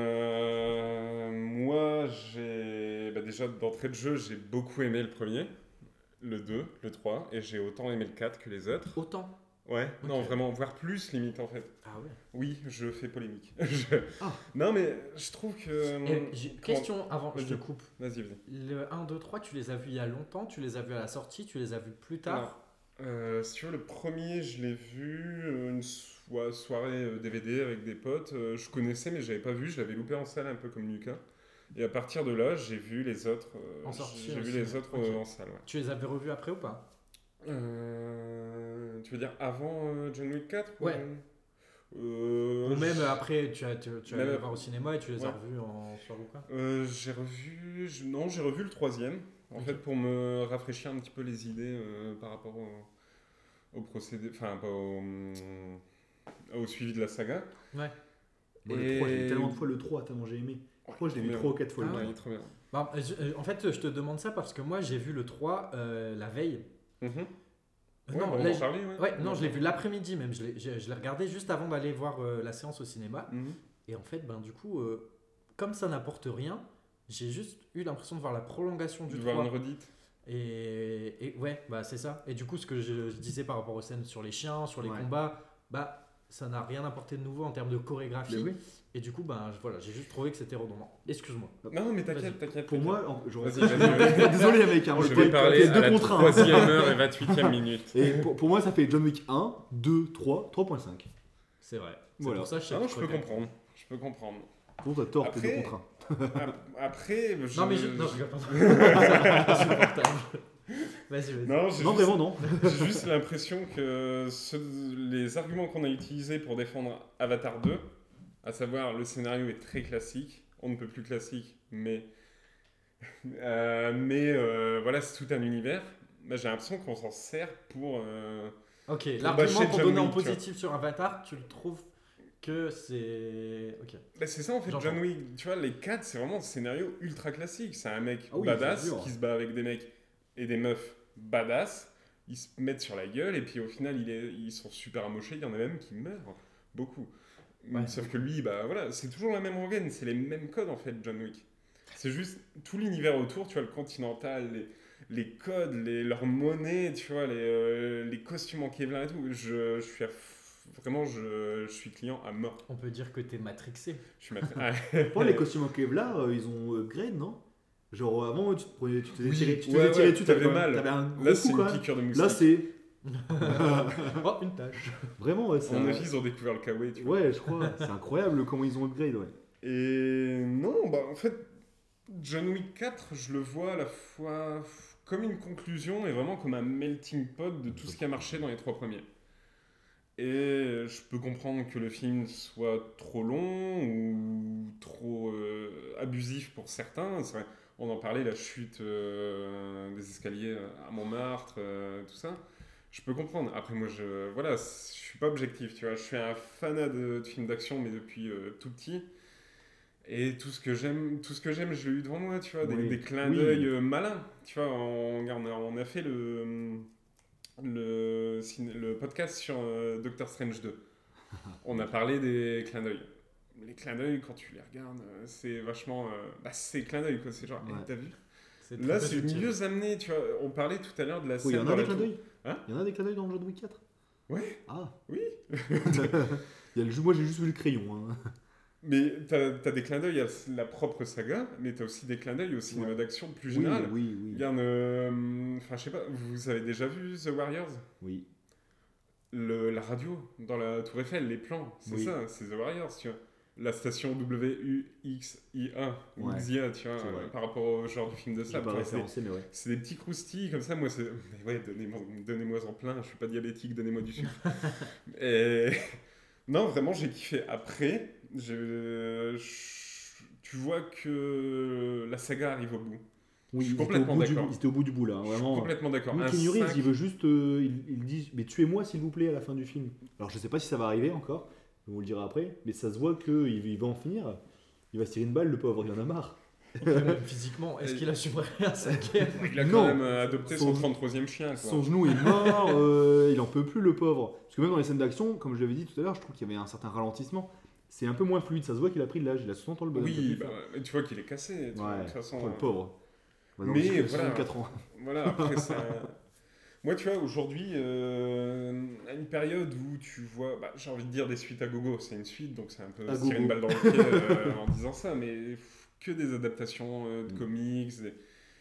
euh, moi j'ai. Bah déjà d'entrée de jeu, j'ai beaucoup aimé le premier, le deux, le trois, et j'ai autant aimé le quatre que les autres. Autant. Ouais, Ok. non, vraiment, voire plus limite en fait. Ah ouais. Oui, je fais polémique. Je- Ah. Non, mais je trouve que. Et j'ai- comment- question avant, je te Vas-y. coupe. Vas-y, vas-y. Le un, deux, trois, tu les as vus il y a longtemps, tu les as vus à la sortie, tu les as vus plus tard. Alors, euh, si tu veux, le premier, je l'ai vu euh, une so- soirée euh, D V D avec des potes. Euh, je connaissais, mais j'avais pas vu. Je l'avais loupé en salle, un peu comme Lucas. Et à partir de là, j'ai vu les autres. euh, En sortie J'ai vu aussi, les ouais. autres Ok. euh, en salle. Ouais. Tu les avais revus après ou pas? Euh, tu veux dire avant euh, John Wick quatre ou- Ouais. Euh, Ou même je- après, tu as, tu, tu Même allé après. voir au cinéma et tu les as Ouais. revus en soirée ou quoi? Euh, j'ai revu. je- Non, j'ai revu le troisième. En Ok. fait, pour me rafraîchir un petit peu les idées euh, par rapport au, au procédé. Enfin, pas au, hum, au suivi de la saga. Ouais. Moi, le Et- trois, j'ai vu tellement de fois le trois, tellement j'ai aimé. Je crois que je l'ai vu Trop trois ou bien. quatre fois. Ah le Ouais, ouais. il est trop bien. Bah, je- euh, en fait, je te demande ça parce que moi, j'ai vu le trois euh, la veille. Mhm. Euh, Ouais, non, bah, on là, va en j'ai- parler, ouais. ouais, non, je l'ai vu l'après-midi même. Je l'ai, je, je l'ai regardé juste avant d'aller voir euh, la séance au cinéma. Mhm. Et en fait, ben, du coup, euh, comme ça n'apporte rien, j'ai juste eu l'impression de voir la prolongation du Tu vas trois. une redite. Et, et ouais, bah c'est ça. Et du coup, ce que je, je disais par rapport aux scènes sur les chiens, sur les Ouais. combats, bah ça n'a rien apporté de nouveau en termes de chorégraphie. Mais oui. Et du coup, bah je- voilà, j'ai juste trouvé que c'était redondant. Excuse-moi. Non, mais Vas-y. t'inquiète, t'inquiète. Pour t'inquiète. moi, en- j'aurais- Vas-y, vas-y, vas-y. désolé les mecs, hein, Je le vais podcast, parler il y a à deux la contre un. troisième heure et vingt-huitième minute. Et pour, pour moi, ça fait John Wick un, deux, trois, trois virgule cinq. C'est vrai. C'est Voilà. pour ça que je Ah, sais je peux comprendre. Je peux comprendre. Bon, t'as tort, t'es Après- deux contre un. Ap- Après, je... Non mais je, non, je rigole pas. C'est insupportable. Vas-y, vas-y. Non, j'ai Non, juste- vraiment, non. J'ai juste l'impression que ce- les arguments qu'on a utilisés pour défendre Avatar deux, à savoir le scénario est très classique, on ne peut plus classique, mais, euh, mais euh, voilà, c'est tout un univers. Bah, j'ai l'impression qu'on s'en sert pour. euh, Ok, bâcher l'argument pour John donner en Wick, tu vois. positif sur Avatar, tu le trouves que c'est. Ok. bah, c'est ça en fait, J'entends. John Wick. Tu vois, les quatre, c'est vraiment un scénario ultra classique. C'est un mec Ah oui, badass c'est sûr. qui se bat avec des mecs et des meufs badass. Ils se mettent sur la gueule et puis au final, il est- ils sont super amochés. Il y en a même qui meurent. Beaucoup. Ouais. Sauf que lui, bah voilà, c'est toujours la même rengaine, c'est les mêmes codes en fait, John Wick. C'est juste tout l'univers autour, tu vois, le continental, les, les codes, les, leur monnaie, tu vois, les, euh, les costumes en Kevlar et tout. Je, je suis à f- vraiment, je, je suis client à mort. On peut dire que t'es matrixé. Je suis matri- Ah, Pour les costumes en Kevlar, euh, ils ont upgrade, non? Genre avant, tu te, prenais, tu te faisais Oui, tirer, tu te ouais, faisais tirer ouais, dessus, t'avais t'avais mal. T'avais un gros Là, coup, c'est quand une même. piqûre de moustique. Là, c'est. Oh, une tâche. Vraiment, ouais, c'est À mon un- avis, ils ont découvert le kawaii, tu vois. Ouais, je crois. C'est incroyable comment ils ont upgrade, ouais. Et non, bah en fait, John Wick quatre, je le vois à la fois comme une conclusion et vraiment comme un melting pot de tout ce qui a marché dans les trois premiers. Et je peux comprendre que le film soit trop long ou trop euh, abusif pour certains. C'est vrai, on en parlait, la chute euh, des escaliers à Montmartre, euh, tout ça. Je peux comprendre. Après, moi, je voilà, je suis pas objectif, tu vois. Je suis un fanat de, de films d'action, mais depuis euh, tout petit. Et tout ce que j'aime, tout ce que j'aime, je l'ai eu devant moi, tu vois, des, Oui. des clins Oui. d'œil euh, malins. Tu vois, on, on, a, on a fait le, le, ciné- le podcast sur euh, Doctor Strange deux. On a parlé des clins d'œil. Les clins d'œil, quand tu les regardes, euh, c'est vachement. euh, bah, c'est clin d'œil, quoi. C'est genre, Ouais. eh, t'as vu? C'est très Là, peu c'est subtil. mieux amené, tu vois. On parlait tout à l'heure de la scène. Oui, il y en dans a des la clins tour. d'œil. Hein Il y en a des clins d'œil dans John Wick quatre. Ouais. Ah. Oui. Il y a le jeu, moi, j'ai juste vu le crayon. Hein. Mais t'as as des clins d'œil à la propre saga, mais t'as aussi des clins d'œil au cinéma Ouais. d'action plus Oui, général. oui, oui. Regarde, euh, enfin, je sais pas, vous avez déjà vu The Warriors? Oui. Le, la radio dans la Tour Eiffel, les plans, c'est Oui. ça, c'est The Warriors, tu vois. La station W U X I A, ou Ouais. X I A, tu vois, C'est vrai. euh, par rapport au genre du film de J'ai sable. pas tu vois, c'est- référencé, mais ouais. C'est des petits croustilles comme ça, moi c'est. Mais ouais, donnez-moi donnez-moi en plein, je suis pas diabétique, donnez-moi du sucre. Et. Non, vraiment, j'ai kiffé. Après, je- je- tu vois que la saga arrive au bout. Oui, Je suis ils étaient au complètement bout du- d'accord. ils étaient au bout du bout là, hein, Je suis vraiment. complètement d'accord. Lui, Un Keanu Reeves, cinq, il veut juste. euh, il, il dit mais tuez-moi s'il vous plaît à la fin du film. Alors je sais pas si ça va arriver encore, on vous le dira après, mais ça se voit qu'il il va en finir. Il va se tirer une balle, le pauvre, il en a marre. Même physiquement, est-ce qu'il assumerait un cinquième? Il a quand Non. même euh, adopté Son- son trente-troisième chien. Quoi. Son genou est mort, euh, il en peut plus le pauvre. Parce que même dans les scènes d'action, comme je l'avais dit tout à l'heure, je trouve qu'il y avait un certain ralentissement. C'est un peu moins fluide, ça se voit qu'il a pris de l'âge, il a soixante ans le bonhomme. Oui, bah, mais tu vois qu'il est cassé. tu vois, ouais, de toute façon, pour le euh, pauvre. Bah non, Mais j'ai voilà. soixante-quatre ans. Voilà, après ça. Moi, tu vois, aujourd'hui, euh, à une période où tu vois, bah, j'ai envie de dire des suites à gogo, c'est une suite, donc c'est un peu À se tirer gogo. une balle dans le pied euh, en disant ça, mais pff, que des adaptations euh, de Mm. comics, des-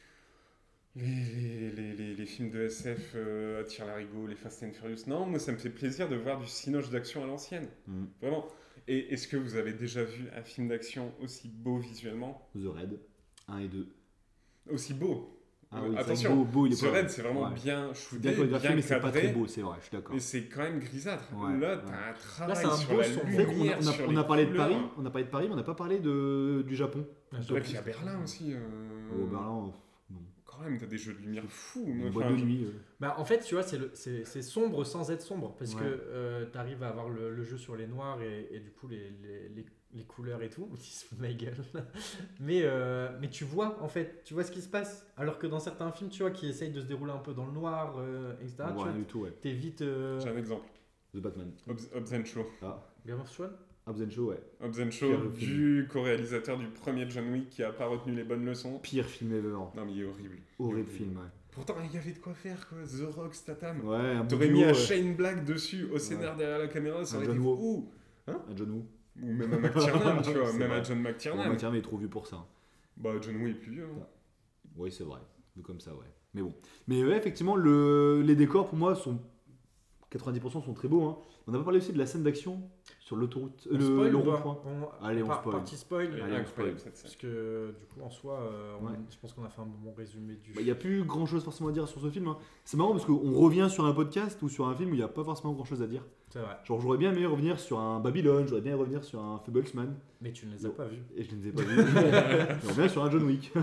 les, les, les, les, les films de S F euh, à tir larigot, les Fast and Furious. Non, moi, ça me fait plaisir de voir du cinoche d'action à l'ancienne, Mm. vraiment. Et est-ce que vous avez déjà vu un film d'action aussi beau visuellement? The Raid, un et deux. Aussi beau. Ah Euh, oui, c'est vrai que attention, beau, beau, il est The pas- Raid, c'est vraiment Ouais. bien C'est shooté, bien chorégraphié, bien mais c'est pas cadré. très beau, c'est vrai, je suis d'accord. Mais c'est quand même grisâtre. Ouais, Là, ouais. t'as un Là, travail c'est un sur beau la son. C'est vrai qu'on a, lumière, on a- sur on les a parlé de couleurs. Paris, on n'a pas parlé de Paris, mais on n'a pas parlé de, du Japon. Ah, Et puis il y a Berlin aussi. euh, Oh, Berlin, euh, non. Quand même, t'as des jeux de lumière fous. Une Enfin, boîte de nuit. euh. Bah, en fait, tu vois, c'est, le, c'est, c'est sombre sans être sombre, parce Ouais. que tu arrives à avoir le, le jeu sur les noirs et, et du coup les, les, les, les couleurs et tout. Il se fout de ma gueule. mais, euh, mais tu vois, en fait, tu vois ce qui se passe. Alors que dans certains films, tu vois, qui essayent de se dérouler un peu dans le noir, euh, et cetera, On tu voit vois, rien du tout, ouais. t'es vite. Euh... J'ai un exemple. The Batman. Hobbs Hobbs and Shaw. Ah, Game of Thrones. Hobbs and Shaw, ouais. Hobbs and Shaw, Pire film. du co-réalisateur du premier John Wick qui a pas retenu les bonnes leçons. Pire film ever. Non, mais il est horrible. Horrible film, ouais. Pourtant, il y avait de quoi faire, quoi. The Rock, Statham. Ouais, un T'aurais beau mis duo, un ouais. Shane Black dessus, au scénar derrière la caméra, ça Un aurait John été Woo. fou. Un John Woo. Ou même un McTiernan, tu vois. C'est Même vrai. un John Bon, McTiernan. McTiernan est trop vieux pour ça. Bah, John Woo est plus vieux. hein. Oui, c'est vrai. Vu comme ça, ouais. Mais bon. Mais ouais, effectivement, le... les décors, pour moi, sont... quatre-vingt-dix pour cent sont très beaux. Hein. On n'a pas parlé aussi de la scène d'action sur l'autoroute, euh, On le, spoil le ou pas rond-point. On- Allez, on par- spoil. Partie spoil. Elle est Allez, on incroyable, spoil. cette scène. Parce que du coup, en soi, euh, on- Ouais. je pense qu'on a fait un bon résumé du. Il n'y a plus grand chose forcément à dire sur ce film. Hein. C'est marrant parce qu'on revient sur un podcast ou sur un film où il n'y a pas forcément grand chose à dire. C'est vrai. Genre, j'aurais bien aimé revenir sur un Babylone, j'aurais bien aimé revenir sur un Fablesman, Mais tu ne les as Non. pas vus. et je ne les ai pas vus. J'aurais bien sur un John Wick.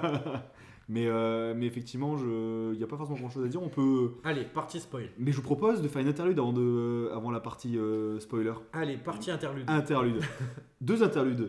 mais, euh, mais effectivement, je- il n'y a pas forcément grand chose à dire. On peut. Allez, partie spoil. Mais je vous propose de faire une interlude avant, de... avant la partie euh, spoiler. Allez, partie interlude. Interlude. Deux interludes.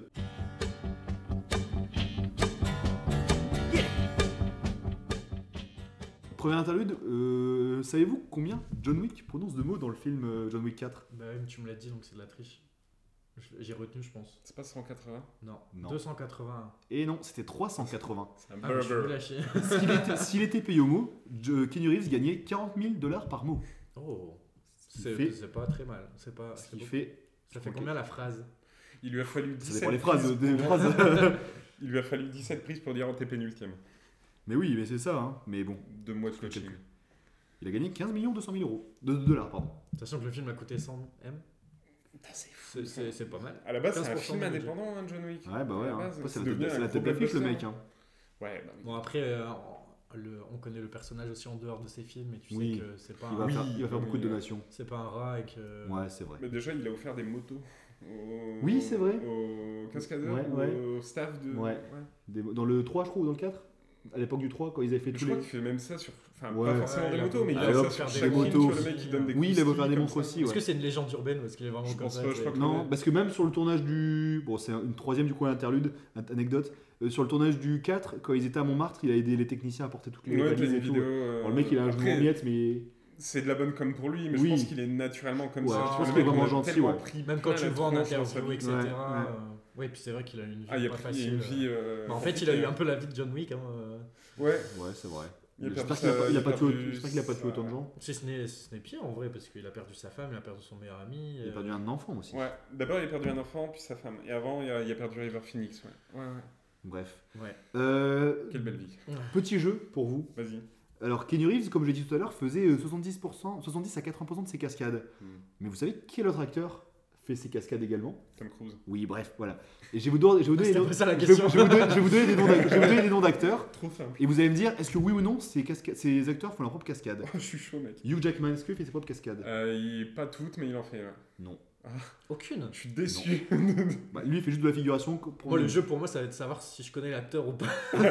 Première interlude, euh, savez-vous combien John Wick prononce de mots dans le film euh, John Wick quatre? Bah oui, mais tu me l'as dit, donc c'est de la triche. Je- J'ai retenu, je pense. C'est pas cent quatre-vingts. Non, Non. deux cent quatre-vingts. Et non, c'était trois cent quatre-vingts. C'est un Ah, mais je suis nul burger. à chier. S'il était, s'il était payé au mot, je- Keanu Reeves gagnait quarante mille dollars par mot. Oh, Ce qui c'est fait, c'est pas très mal. C'est pas. ce c'est qui beaucoup. fait Ça fait Ok. combien la phrase? Il lui a fallu ça dix-sept dépend les phrases, prises des pour- phrases. Il lui a fallu dix-sept prises pour dire oh, t'es pénultième. Mais oui, mais c'est ça. Hein. Mais bon, Deux mois de Je fais coaching. calcul. il a gagné quinze millions deux cent mille euros. De, de dollars, pardon. Sachant que le film a coûté cent M. Putain, c'est fou. C'est- C'est c'est pas mal. À la base, c'est un quinze pour cent film du budget. indépendant, hein, John Wick. Ouais, bah ouais. À la Hein. base, Après, c'est c'est la tête, devenu c'est un la tête gros d'affiche, le blockbuster. mec. Hein. Ouais, bah oui. Bon, après, euh, on, le- on connaît le personnage aussi en dehors de ses films, et tu Oui. sais que c'est pas, Il va, un- Oui, faire, il va faire oui, beaucoup de oui. donations. c'est pas un rat et que. Ouais, c'est vrai. Mais déjà, il a offert des motos. Aux... Oui, c'est vrai. Aux cascadeurs, Ouais, ou ouais. au staff de. Ouais. Des- dans le trois, je crois, ou dans le quatre? À l'époque du trois, quand ils avaient fait Je tous crois les. qu'il fait même ça sur. Enfin, Ouais. pas forcément Ouais, des il a- motos, mais il Allez, a hop, ça sur faire chaque des film, motos tu vois, le aussi. mec qui donne des Oui, il va faire des comme montres ça. aussi. Est-ce Ouais. que c'est une légende urbaine ou est-ce qu'il est vraiment Je comme pense ça pas, je c'est- crois que- Non, parce que même sur le tournage du. Bon, c'est une troisième du coup interlude, an- anecdote. Euh, sur le tournage du quatre, quand ils étaient à Montmartre, il a aidé les techniciens à porter toutes les Ouais, t'as valises des et tout. vidéos. euh, Alors, le mec, il a un genou après, en miettes, mais. C'est de la bonne com pour lui, mais Oui. je pense qu'il est naturellement comme Ouais, ça. je Tu pense vois, le qu'il est mec, vraiment on a gentil, tellement ouais. pris Même quand plein tu la le vois en tronche dans interview, sa vie. et cetera. Ouais, ouais. euh, Oui, puis c'est vrai qu'il a une vie Ah, il y a, pas pris- il y a facile. une vie. euh, Bah, en fait, il a eu compliquée. un peu la vie de John Wick. Hein, euh, Ouais, Ouais, c'est vrai. il a perdu J'espère qu'il a, sa- pas- il a pas il a tué, perdu j'espère qu'il a pas tué sa- autant de gens. si ce n'est ce n'est pire en vrai, parce qu'il a perdu sa femme, il a perdu son meilleur ami. Il a euh, perdu un enfant aussi. Ouais, d'abord il a perdu un enfant, puis sa femme. Et avant, il a, il a perdu River Phoenix. Ouais, ouais, ouais. Bref. Ouais. Euh, Quelle belle vie. Petit jeu pour vous. Vas-y. Alors, Keanu Reeves, comme je l'ai dit tout à l'heure, faisait euh, soixante-dix pour cent, soixante-dix à quatre-vingts pour cent de ses cascades. Hmm. Mais vous savez quel autre acteur fait ses cascades également? Tom Cruise. Oui, bref, voilà. Et je vais vous, donner- je vais vous donner C'était les pas noms- ça la je vais- question. je vais vous donner- je vais vous donner des noms d'ac- je vais vous donner des noms d'acteurs. Trop simple. Et vous allez me dire, est-ce que oui ou non, ces, casca- ces acteurs font leur propre cascade? Oh, je suis chaud, mec. Hugh Jackman, est-ce qu'il fait ses propres cascades? Euh, il... Pas toutes, mais il en fait. Ouais. Non. Aucune. Je suis déçu. Bah, lui, il fait juste de la figuration. Pour Moi, le jeu pour moi, ça va être de savoir si je connais l'acteur ou pas.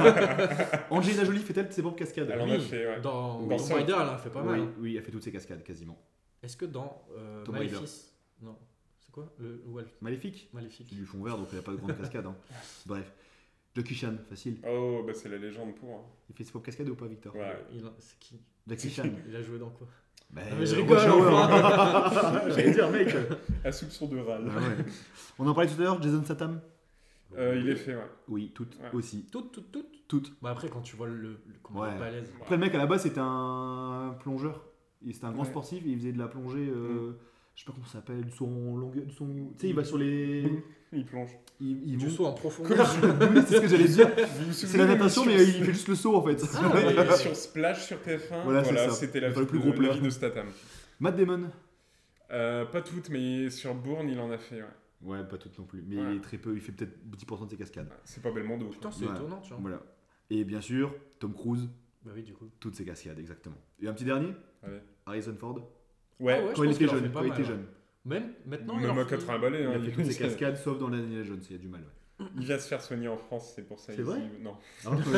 Angelina Jolie fait-elle ses propres cascades? Elle en a fait, ouais. Dans Dans Tomb Salt. Raider, elle en fait pas mal. oui, hein. oui, elle fait toutes ses cascades, quasiment. Est-ce que dans euh, Tomb Raider. Maléfice. Non. C'est quoi le Wolf Maléfique. Maléfique. Ils lui font vert, donc il n'y a pas de grande cascade. Hein. Bref. Jackie Chan, facile. Oh, bah c'est la légende pour. Hein. Il fait ses propres cascades ou pas, Victor? Ouais. Il a- C'est qui? Jackie Chan. Il a joué dans quoi? Bah, Ah, mais je euh, rigole, Rush Hour. enfin. J'allais dire, mec. À soupçon de râle. Ah ouais. On en parlait tout à l'heure, Jason Statham. Euh, il est fait, ouais. Oui, toutes Ouais. aussi. Toutes, toutes, toutes. Toutes. Bah après, quand tu vois le, le comment Ouais. il est balèze. Après, le mec à la base, c'était un plongeur. Il- C'était un grand Ouais. sportif et il faisait de la plongée. Euh, Je sais pas comment ça s'appelle, du saut en longueur. Du saut... Tu sais, il va sur les. Il plonge. Il, il Du monte- saut en profondeur. Oui, c'est ce que j'allais dire. Vous vous C'est souvenez la de natation, mais l'émission- il fait juste le saut en fait. Ah, Ouais, ouais. sur Splash sur T F un, Voilà, voilà, c'est ça. c'était la, Enfin, le plus vie gros de- la plat. vie de Statham. Matt Damon. Euh, pas toutes, mais sur Bourne, il en a fait. Ouais. Ouais, pas toutes non plus. Mais Ouais. il est très peu, il fait peut-être dix pour cent de ses cascades. Ouais, c'est pas Belmondo. Putain, Quoi. c'est Ouais. étonnant, tu vois. Voilà. Et bien sûr, Tom Cruise, Bah oui, du coup. toutes ses cascades, exactement. Et un petit dernier, Allez. Harrison Ford. Ouais, Ah ouais, Quand je il pense était qu'il en jeune. fait pas Quand il mal, était ouais. jeune. Même maintenant, il même en à fait- quatre-vingts balais. Il hein, a fait il... toutes ses cascades, sauf dans l'Indiana Jones, il y a du mal. Ouais. il va se faire soigner en France, c'est pour ça. C'est il- vrai il- Non.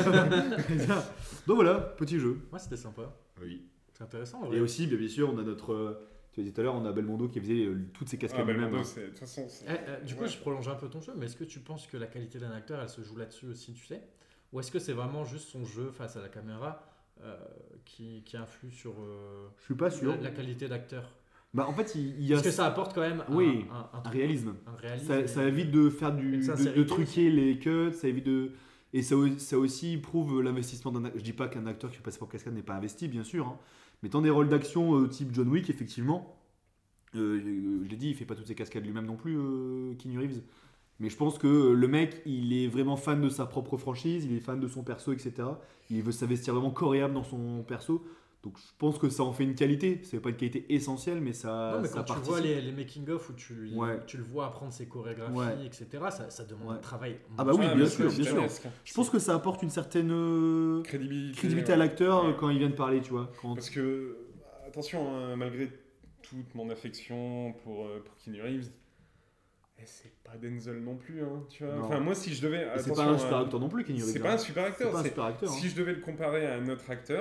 Donc voilà, petit jeu. Ouais, c'était sympa. Oui. C'est intéressant. en Et vrai. aussi, bien, bien sûr, on a notre. euh, Tu as dit tout à l'heure, on a Belmondo qui faisait euh, toutes ses Ah, cascades lui-même. Belmondo, hein. c'est. De toute façon. c'est- Eh, eh, du coup, Ouais. je prolonge un peu ton jeu, mais est-ce que tu penses que la qualité d'un acteur, elle se joue là-dessus aussi, tu sais? Ou est-ce que c'est vraiment juste son jeu face à la caméra euh, qui, qui influe sur euh, Je suis pas sûr. la, la qualité d'acteur? Bah, en fait, il, il y a Parce que ça apporte quand même un, Oui, un, un un truc- réalisme. un réalisme Ça, et- ça évite de faire une du. de, sincérité de truquer les cuts, ça évite de. Et ça, au- ça aussi prouve l'investissement d'un acteur. Je dis pas qu'un acteur qui fait passer pour cascade n'est pas investi, bien sûr. Hein. Mais dans des rôles d'action euh, type John Wick, effectivement, euh, je l'ai dit, il fait pas toutes ses cascades lui-même non plus, euh, Keanu Reeves. Mais je pense que le mec, il est vraiment fan de sa propre franchise, il est fan de son perso, et cetera. Il veut s'investir vraiment corps et âme dans son perso. Donc je pense que ça en fait une qualité. C'est pas une qualité essentielle, mais ça. Non, mais ça quand tu participe. vois les, les making-of où tu, Ouais. tu le vois apprendre ses chorégraphies, Ouais. et cetera, ça, ça demande Ouais. un travail. Ah bah oui, Ah, bien mais sûr, c'est bien sûr. titanesque. Je pense que ça apporte une certaine euh, Crédibilité. crédibilité à ouais. l'acteur euh, Ouais. quand il vient de parler, tu vois. Quand- Parce que, attention, hein, malgré toute mon affection pour, euh, pour Keanu Reeves, eh, c'est pas Denzel non plus, hein, tu vois. Non. Enfin, moi, si je devais. Et c'est attention, pas un super hein, acteur non plus, Keanu Reeves. C'est hein. pas un super C'est acteur. pas un c'est- super acteur. Si hein. je devais le comparer à un autre acteur,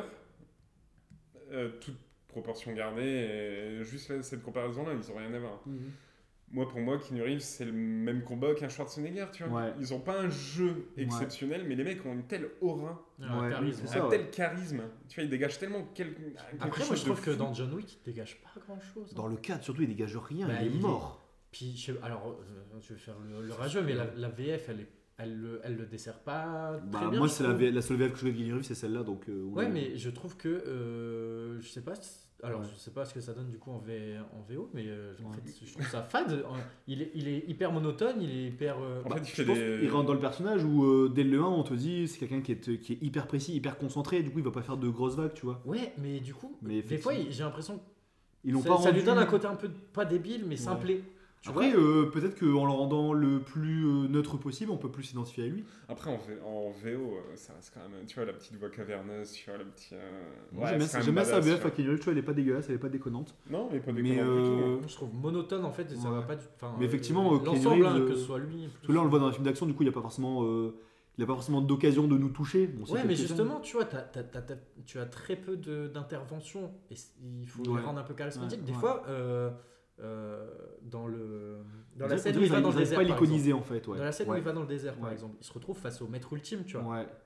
euh, toute proportion gardée, et juste là, cette comparaison-là, ils ont rien à voir. Mhm. Moi, pour moi, Keanu Reeves, c'est le même combat qu'un Schwarzenegger, tu vois. Ouais. Ils ont pas un jeu exceptionnel, mais les mecs ont une telle aura, Un Ouais, charisme. c'est un ça, ouais. tel charisme. Tu vois, ils dégagent tellement quel- quelque Après, moi, chose je trouve de que fou. dans John Wick, il dégage pas grand-chose. hein. Dans le cadre, surtout, il dégage rien, Bah, il est il est- mort. Puis, je sais- alors, euh, je vais faire le, le rageux, mais la, la V F, elle, est, elle, le, elle le dessert pas très Bah, bien. moi, je c'est la, trouve. V- la seule V F que je connais de Keanu Reeves, c'est celle-là. Donc, euh, on Ouais, est- mais je trouve que, euh, je sais pas, si- alors Ouais. je sais pas ce que ça donne du coup en, v, en V O, mais euh, en Ouais. fait, je trouve ça fade. Euh, Il est, il est hyper monotone, il est hyper. euh, En Bah, fait, il je fait pense des- qu'il rentre dans le personnage où, euh, dès le un, on te dit c'est quelqu'un qui est, qui est hyper précis, hyper concentré. Du coup, il va pas faire de grosses vagues, tu vois. Ouais, mais du coup, Mais des fois, effectivement. il- j'ai l'impression Ils l'ont que pas ça, ça lui rendu- donne un côté un peu pas débile, mais Ouais. simplé. Tu Après, vois euh, peut-être qu'en le rendant le plus euh, neutre possible, on peut plus s'identifier à lui. Après, en, V- en V O, euh, ça reste quand même. Tu vois, la petite voix caverneuse, tu vois, le petit. euh, Moi, ouais, j'aime bien c'est ça- quand j'aime bien même sa badass, V F tu à vois. Keanu Reeves, tu vois, elle est pas dégueulasse, elle est pas déconnante. Non, mais pas Mais, déconnant du euh, tout. hein. Je trouve monotone en fait, et ça Ouais. va pas du. enfin, Mais effectivement, euh, Keanu l'ensemble, Reeves, hein, euh, que ce soit lui. Parce que là, on le voit dans un film d'action, du coup, il n'y a pas forcément, euh, il y a pas forcément d'occasion de nous toucher. Bon, c'est Ouais, mais quelques-uns. justement, tu vois, t'as- t'as- t'as- t'as- tu as très peu de- d'interventions et c- il faut Ouais. les rendre un peu charismatiques. Ouais, Des ouais. fois, euh, euh, dans, le, dans On la dirait- scène on où il dirait va dans qu'ils le arrivent désert, pas à par exemple. l'iconiser en fait. Ouais. Dans la scène où Ouais. il va dans le désert, par Ouais. exemple, il se retrouve face au maître ultime, tu vois. Ouais.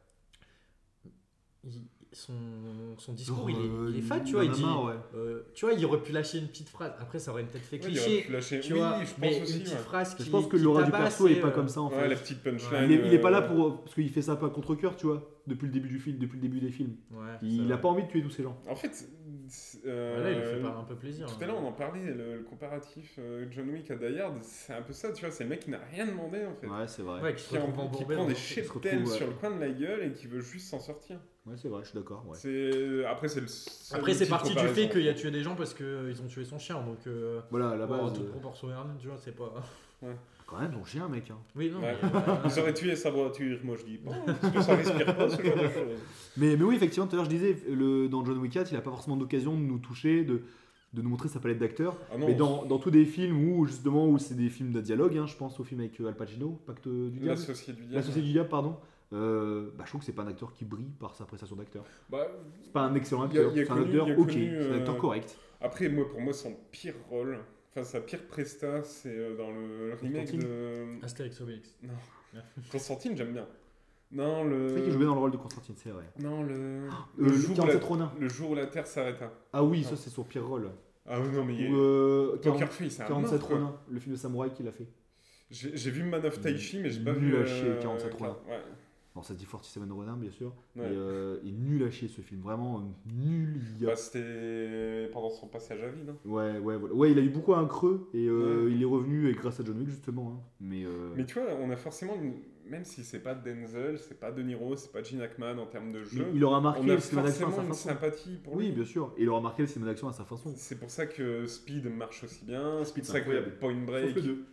Il- son, son discours, Genre, il, est, euh, il est fat, tu en vois. Il a dit, marre, ouais. euh, tu vois, il aurait pu lâcher une petite phrase. Après, ça aurait peut-être fait Ouais, il aurait cliché, pu lâcher- tu oui, vois. je pense mais aussi. une petite ouais. phrase qui Je pense que qui l'aura du tabasse perso et, est pas euh, comme ça en Ouais, fait. la petite punchline. Il est, il est pas euh, là pour parce qu'il fait ça pas contre cœur, tu vois. Depuis le début du film, depuis le début des films, Ouais, il ça- a pas envie de tuer tous ces gens. En fait, c'est- euh, Voilà, il lui fait pas un peu plaisir. tout hein. à l'heure on en parlait, le, le comparatif euh, John Wick à Die Hard, c'est un peu ça, tu vois, c'est le mec qui n'a rien demandé en fait. Ouais, c'est vrai. Ouais, qui se Qui, en- retrouve qui embourbé prend dans des un- se retrouve, cheptels ouais. sur le coin de la gueule et qui veut juste s'en sortir. Ouais, c'est vrai, je suis d'accord. Ouais. C'est... Après, c'est le seul Après, c'est outil de parti du fait comparaison. qu'il a tué des gens parce qu'ils ont tué son chien. Donc, euh, Voilà, à la bon, en base. toute euh, proportion gardée, tu vois, c'est pas. Quand même, ton chien, mec. hein. Oui, non. Ouais. mais, euh, Ils auraient tué sa voiture, moi je dis, bon, parce que ça respire pas ce genre de choses. Mais, mais oui, effectivement, tout à l'heure, je disais, le, dans John Wick quatre, il a pas forcément d'occasion de nous toucher, de, de nous montrer sa palette d'acteurs. Ah non, Mais dans, dans tous des films où, justement, où c'est des films de dialogue, hein, je pense au film avec euh, Al Pacino, Pacte du Diable. l'associé du diable. L'associé du Diable, pardon. Euh, bah, je trouve que c'est pas un acteur qui brille par sa prestation d'acteur. Bah, C'est pas un excellent Il y a- acteur, il y a c'est un connu- acteur il y a ok, connu, c'est un acteur euh, correct. après, moi, pour moi, son pire rôle, enfin sa pire presta, c'est euh, dans le remake Constantine. de Astérix Obélix. Constantine, j'aime bien. Non, le. C'est vrai qu'il jouait dans le rôle de Constantine, c'est vrai. Non, le. Euh, le, le jour où la... quarante-sept Ronin. le jour où la Terre s'arrêta. Ah oui, Non. ça c'est son pire rôle. Ah oui, non, mais il est. Ou euh, Poker Face, c'est un quarante-sept mort, quoi. Ronin, le film de samouraï qu'il a fait. J'ai j'ai vu Man of Taichi, mais j'ai pas Nul vu. à chier, euh, quarante-sept Ronin. Ouais. Alors ça dit quarante-sept Ronin, bien sûr. Ouais. Et euh, il est nul à chier ce film, vraiment euh, nul. Il y a- Bah, c'était pendant son passage à vide. Hein. Ouais, ouais, voilà. Ouais, il a eu beaucoup un creux et euh, Ouais. il est revenu et grâce à John Wick justement. hein. Mais, euh, Mais tu vois, on a forcément, une... même si c'est pas Denzel, c'est pas De Niro, c'est pas Gene Hackman en termes de mais jeu, il aura marqué on a le cinéma d'action à forcément sa une façon. sympathie pour lui. Oui, bien sûr. Et il aura marqué le cinéma d'action à sa façon. C'est pour ça que Speed marche aussi bien. Speed, C'est c'est incroyable. incroyable. Point Break. Sauf le deux.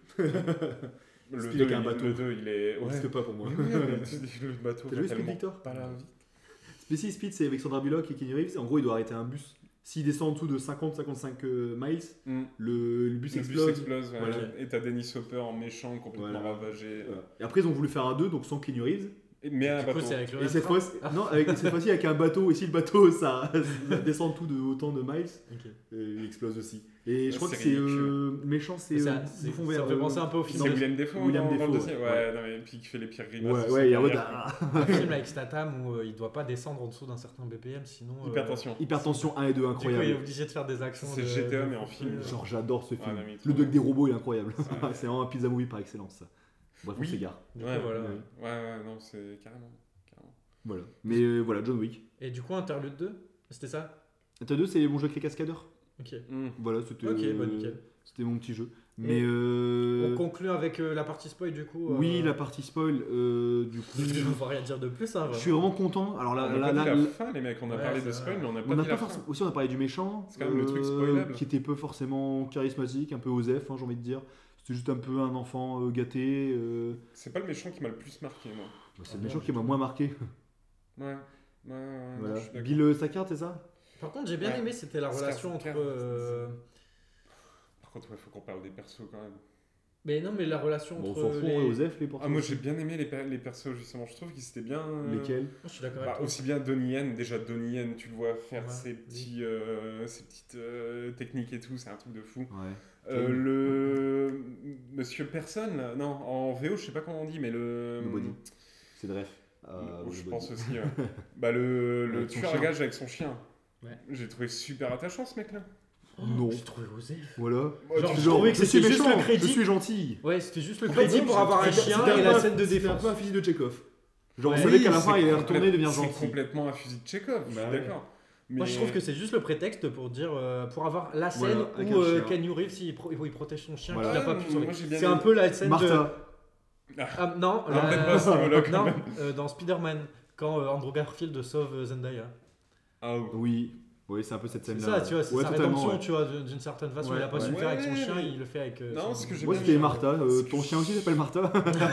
Le Speed deux, avec un il- bateau. Le deux, il est. Il n'existe pas pour moi. Mais ouais, mais tu dis, le bateau. T'as va joué Speed, tellement Victor Pas la vie. Speed, Speed, c'est avec Sandra Bullock et Kenny Reeves. En gros, il doit arrêter un bus. S'il descend en dessous de cinquante à cinquante-cinq euh, miles, Mm. le, le bus Le explose. bus explose. ouais. Voilà. Et t'as Dennis Hopper en méchant, complètement Voilà. ravagé. Voilà. Et après, ils ont voulu faire un deux, donc sans Kenny Reeves. Et- Mais un Du coup, bateau. c'est avec le Et cette refrain. fois, non, avec, cette fois-ci avec un bateau. Et si le bateau ça, ça descend en dessous de autant de miles, Ok. euh, il explose aussi. Et je crois C'est que c'est ridicule. euh, méchant, c'est Ça, euh, c'est- Bouffon ça vert. me fait euh, penser un peu au film C'est de- William Defoe. William dans- dans le Dafoe, deuxième. ouais. Ouais, non, mais puis qui fait les pires grimaces. Ouais, aussi ouais, il y a derrière. un un film avec Statham où euh, il doit pas descendre en dessous d'un certain B P M, sinon. euh, Hypertension. Hypertension un et deux, Du coup, il est incroyable. obligé de faire des actions. C'est de- G T A, de mais en fou. film. Genre, j'adore ce film. Ah, non, mais le trop duck bien. des robots, il est incroyable. Ouais. c'est vraiment un pizza movie par excellence, ça. Bref, Oui. on s'égare. Du coup, Ouais, voilà. ouais, ouais, ouais, non, c'est carrément. carrément. Voilà. Mais euh, voilà, John Wick. Et du coup, Interlude deux, c'était ça T'as deux, c'est mon jeu avec les cascadeurs. Ok. Mm. Voilà, c'était. Ok, euh, bah nickel. C'était mon petit jeu. Mais. Et euh, On conclut avec euh, la partie spoil du coup. Oui, euh, la partie spoil, euh, du coup. Je ne vois rien dire de plus, hein, Je suis vraiment. vraiment content. Alors là, On a là, pas là, dit la là- fin, les mecs. On a Ouais, parlé c'est de vrai. spoil, mais on n'a on pas n'a dit pas la fin. forcément. Aussi, on a parlé du méchant. C'est quand même le truc spoilable. Qui était peu forcément charismatique, un peu osef, hein, j'ai envie de dire. C'était juste un peu un enfant euh, gâté. euh. C'est pas le méchant qui m'a le plus marqué, moi. Bah, c'est Ah le bon, méchant qui du m'a tout. moins marqué. Ouais. Ouais, ouais, ouais, Voilà. non, je suis d'accord. Bill euh, Sackard, c'est ça Par contre, j'ai bien Ouais. aimé, c'était la Scar- relation entre. Scar- euh, Par contre, il faut qu'on parle des persos quand même. Mais non, mais la relation Bon, on entre. s'en fout, les... hein, osef, les portes. Ah, moi j'ai bien aimé les, per- les persos, justement. Je trouve qu'ils étaient bien. euh, Lesquels Moi, je suis d'accord Bah, avec toi. aussi bien Donnie Yen, déjà Donnie Yen, tu le vois faire Ouais, ses, oui. petits, euh, ses petites euh, techniques et tout, c'est un truc de fou. Ouais. Euh, Quel- le Monsieur Personne, là, non, en V O, je sais pas comment on dit, mais le. Nobody. C'est Dref. Oh, Euh, je Nobody. pense aussi. ouais. Bah, le, le Avec son tueur à chien. gage avec son chien. Ouais. J'ai trouvé super attachant ce mec-là. Oh, Non. J'ai trouvé osé. Voilà. Genre, tu- je trouvais que je suis c'était juste méchant, le crédit. je suis gentil. Ouais, c'était juste le En crédit fait, pour non, avoir un c'était- chien C'était un et peu la un- scène de c'était défense. un peu un fusil de Tchekhov. Genre, Ouais. on savait Oui, qu'à la fin, c'est il allait complète- retourner devenir C'est gentil. complètement un fusil de Tchekhov, je suis Bah ouais. d'accord. Moi, je Mais- trouve que c'est juste le prétexte pour dire, euh, pour avoir la scène Voilà, avec où un euh, chien. Kenny Reeves il, pro- où il protège son chien Voilà. qu'il a pas Ouais, pu sauver. moi, j'ai bien C'est aimé. un peu la scène de. Martha. Ah, non, Non, la- peut-être pas à ce niveau-là, quand non, même. euh, dans Spider-Man, quand euh, Andrew Garfield sauve euh, Zendaya. Ah oui. Oui. Oui, c'est un peu cette C'est scène-là. ça, tu vois, c'est Ouais, sa totalement, rédemption, ouais. tu vois, d'une d'une certaine façon. Ouais, il a pas ouais. su le faire avec son Ouais, chien, mais- il le fait avec. euh, Non, son- ce que j'ai Moi, bien c'était aimé. Martha. Euh, Ce ton que chien aussi s'appelle Martha.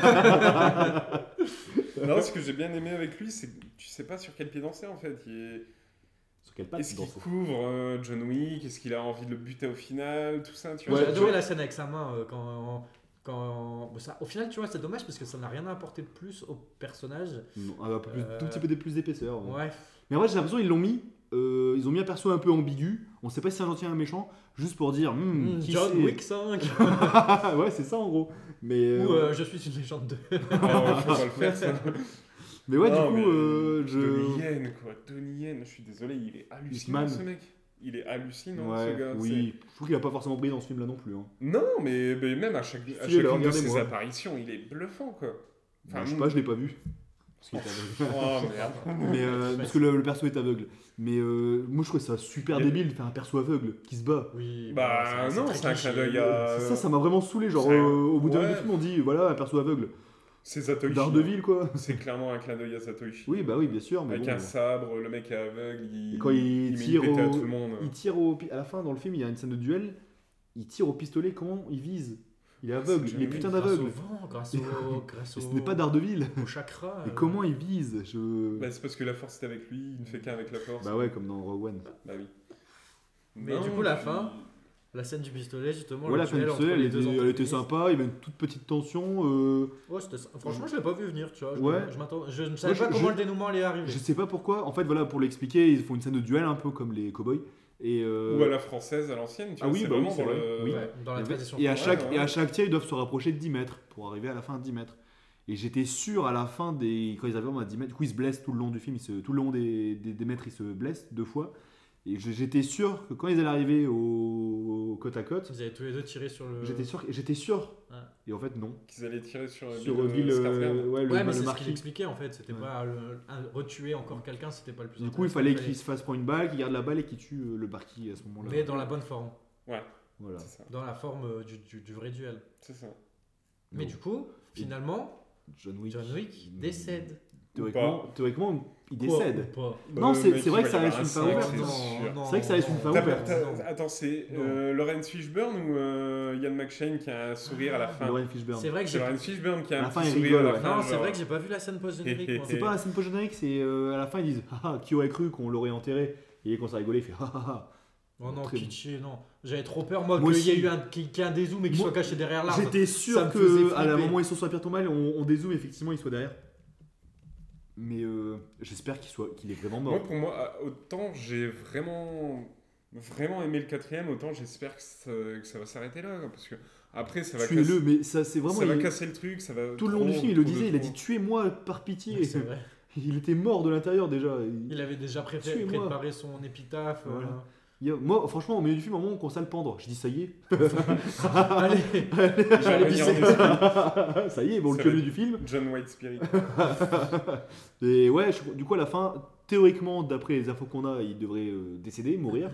Non, ce que j'ai bien aimé avec lui, c'est que tu sais pas sur quel pied danser en fait. Il est- Sur quelle patte Est-ce dans qu'il ce- couvre euh, John Wick? Est-ce qu'il a envie de le buter au final? Tout ça, tu Moi, vois. j'ai Ouais, adoré tu- la scène avec sa main euh, quand. quand... bon, ça, au final, tu vois, c'est dommage parce que ça n'a rien apporté de plus au personnage. Non, un peu plus, Euh, tout petit peu plus d'épaisseur. ouais. Ouais. Mais en vrai, j'ai l'impression qu'ils l'ont mis. euh, ils ont mis un perso un peu ambigu. On sait pas si c'est un gentil ou un méchant. Juste pour dire. Hmm, Hmm, qui John c'est Wick cinq Ouais, c'est ça en gros. Mais, euh, ou euh, Je suis une légende deux. Ah, faut pas le faire ça. mais ouais, Non, du mais coup, euh, je. Donnie Yen, quoi. Donnie Yen, je suis désolé, il est hallucinant Hitman. ce mec. Il est hallucinant Ouais, ce gars. oui. Je trouve qu'il a pas forcément brillé dans ce film-là non plus. hein. c'est- Non, mais, mais même à, chaque, à Suivez-le, chacune de ses regardez-moi. apparitions, il est bluffant quoi. Enfin, Bah, je sais pas, je l'ai pas vu. Parce qu'il est aveugle. Oh merde. Mais euh, parce que le, le perso est aveugle. Mais euh, moi je trouve ça super Et- débile de faire un perso aveugle qui se bat. Oui, Bah non, très c'est un cliché. clin d'œil à. Ça, ça m'a vraiment saoulé. Genre, c'est un- euh, au bout d'un ouais. du film, on dit voilà, un perso aveugle. C'est Zatoichi. Daredevil quoi. C'est clairement un clin d'œil à Zatoichi. Oui, bah oui, bien sûr. Mais Avec bon, un sabre, le mec est aveugle, il, Et quand il met tire une pétée au- à tout le monde. il tire au. pi- À la fin, dans le film, il y a une scène de duel. Il tire au pistolet. Comment il vise? Il est aveugle. C'est Il est John putain Grâce d'aveugle. au vent, grâce au, grâce Et ce au, n'est pas Daredevil. au chakra. Mais euh, comment il vise? Je. Bah, c'est parce que la force est avec lui, il ne fait qu'un avec la force. Bah ouais, comme dans Rogue One. Bah oui. Mais du coup, la fin, La scène du pistolet, justement. Ouais, le la fin du duel entre pistolet, elle, les était, deux elle était antagonistes. sympa. Il y avait une toute petite tension. euh, Ouais, c'était ça. Franchement, je l'ai pas vu venir, tu vois. Je, Ouais. je, m'attends- je ne savais je- pas comment je- le dénouement allait arriver. Je sais pas pourquoi. En fait, voilà, pour l'expliquer, ils font une scène de duel un peu comme les cowboys. Et, euh, Ou à la française, à l'ancienne, tu Ah vois, oui, c'est bah oui, vraiment c'est dans vrai. le... Oui. Ouais, dans la et, tradition. et à Ouais, chaque, ouais. et à chaque tir, ils doivent se rapprocher de dix mètres pour arriver à la fin de dix mètres. Et j'étais sûr à la fin, des, quand ils avaient vraiment à dix mètres, du coup ils se blessent tout le long du film, ils se, tout le long des, des, des mètres ils se blessent deux fois. Et je- j'étais sûr que quand ils allaient arriver au, au côte à côte, Vous avez tous les deux tiré sur le. j'étais sûr, j'étais sûr. Ouais. Et en fait non. Qu'ils allaient tirer sur, euh, Sur Bill, Bill, euh, euh, Skarsgård. ouais, le, Ouais, mais le c'est ce marquis. qu'il expliquait en fait. C'était Ouais. pas le- un- retuer encore quelqu'un, c'était pas le plus Du coup il intéressant. fallait qu'il se fasse prendre une balle, qu'il garde la balle et qu'il tue euh, le marquis à ce moment-là. Mais dans la bonne forme. Voilà. C'est ça. Dans la forme euh, du, du, du vrai duel. C'est ça. Mais Non. du coup, finalement, John Wick, John Wick décède. Théoriquement, théoriquement il Quoi, décède. ou pas Non, Le c'est- mec, c'est vrai il que va ça y reste avoir une un fin cinq, ouverte. c'est sûr. C'est vrai que ça reste une fin T'as- ouverte. t'as- Non. Attends, c'est Non. euh, Lawrence Fishburne ou euh, Ian McShane qui a un sourire à la fin Lauren Fishburne. C'est vrai que C'est j'ai. Lawrence Fishburne qui a À un la fin, petit il sourire rigole, à la ouais. fin. Non, c'est genre- vrai que j'ai pas vu la scène post-générique. moi. C'est pas la scène post-générique, c'est euh, à la fin ils disent ah, ah, qui aurait cru qu'on l'aurait enterré. Et quand ça rigolait, il fait ah, ah, ah. Oh non, Très bon. pitché, non. J'avais trop peur, moi, Moi qu'il y ait aussi. eu un, qu'il qu'il y ait un dézoom et qu'il Moi, soit caché derrière l'arbre. J'étais Ça sûr me faisait que à la flipper. moment où ils sont sur la pierre tombale, on, on dézoome effectivement il soit derrière. Mais euh, j'espère qu'il soit qu'il est vraiment mort. Moi, pour moi, à- autant j'ai vraiment, vraiment aimé le quatrième, autant j'espère que ça, que ça va s'arrêter là. quoi, Parce que après, ça va, Tuez-le, casser, mais ça c'est vraiment. ça va il- casser le truc. Ça va Tout le long trop- du film, il le trop de disait, il a trop. dit tuez-moi par pitié. Ouais, c'est vrai. Il était mort de l'intérieur déjà. Il- Il avait déjà pré- Tuez-moi. préparé son épitaphe. euh, Voilà. Il y a- Moi, franchement, au milieu du film, à un moment, on commence à le pendre. Je dis, ça y est. Allez, Il va j'allais revenir en pisser. esprit. ça y est, bon, le Ça que va du être- film. John White Spirit. Et ouais, je- du coup, à la fin, théoriquement, d'après les infos qu'on a, il devrait euh, décéder, mourir.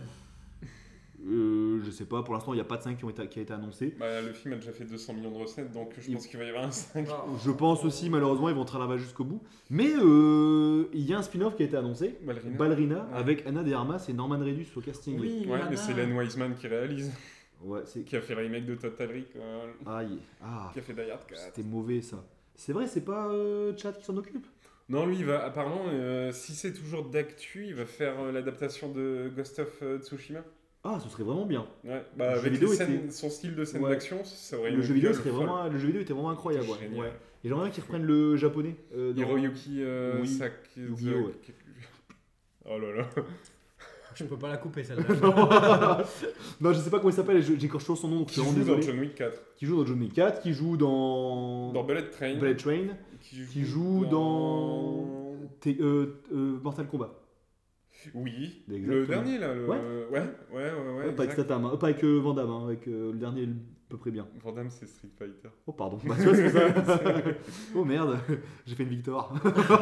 Euh, je sais pas, pour l'instant, il n'y a pas de cinq qui, ont été, qui a été annoncé. Bah, le film a déjà fait deux cents millions de recettes, donc je Il- pense qu'il va y avoir un cinq. Ah. Je pense aussi, malheureusement, ils vont travailler jusqu'au bout. Mais euh, il y a un spin-off qui a été annoncé. Ballerina. Ballerina, Ouais. avec Anna de Armas et Norman Reedus au casting. Oui, Ouais, Anna. mais c'est Len Wiseman qui réalise, Ouais, c'est. qui a fait le remake de Total Recall, Aïe. Ah, qui a fait Die Hard quatre. c'était mauvais ça. C'est vrai, c'est pas euh, Chad qui s'en occupe. Non, lui, il va apparemment, euh, si c'est toujours d'actu, il va faire euh, l'adaptation de Ghost of euh, Tsushima. Ah, ce serait vraiment bien. Ouais, bah, Le jeu avec vidéo les scènes- était- son style de scène Ouais. d'action, ça aurait Le une jeu vidéo gueule serait folle. vraiment, le jeu vidéo était vraiment incroyable. Ouais. Génial. Ouais. Et j'aimerais bien qu'ils reprennent le japonais. Euh, dans- Hiroyuki euh, Oui, Sak... Yu-Gi-Oh, ouais. Oh là là. Je peux pas la couper celle-là. non, je sais pas comment il s'appelle. je- J'écorche toujours son nom, donc je Qui suis joue vraiment dans désolé. John Wick quatre. Qui joue dans John Wick quatre, qui joue dans, Dans Bullet Train. Bullet Train, qui joue dans T- euh, euh, Mortal Kombat. Oui. Exactement. Le dernier là. Le... Ouais. Ouais, ouais, ouais. ouais, Ouais, pas avec exact. Statham, hein, pas avec euh, Van Damme, hein, avec euh, le dernier à peu près bien. Van Damme, c'est Street Fighter. Oh pardon, bah, tu vois, c'est ça. Oh merde, j'ai fait une victoire.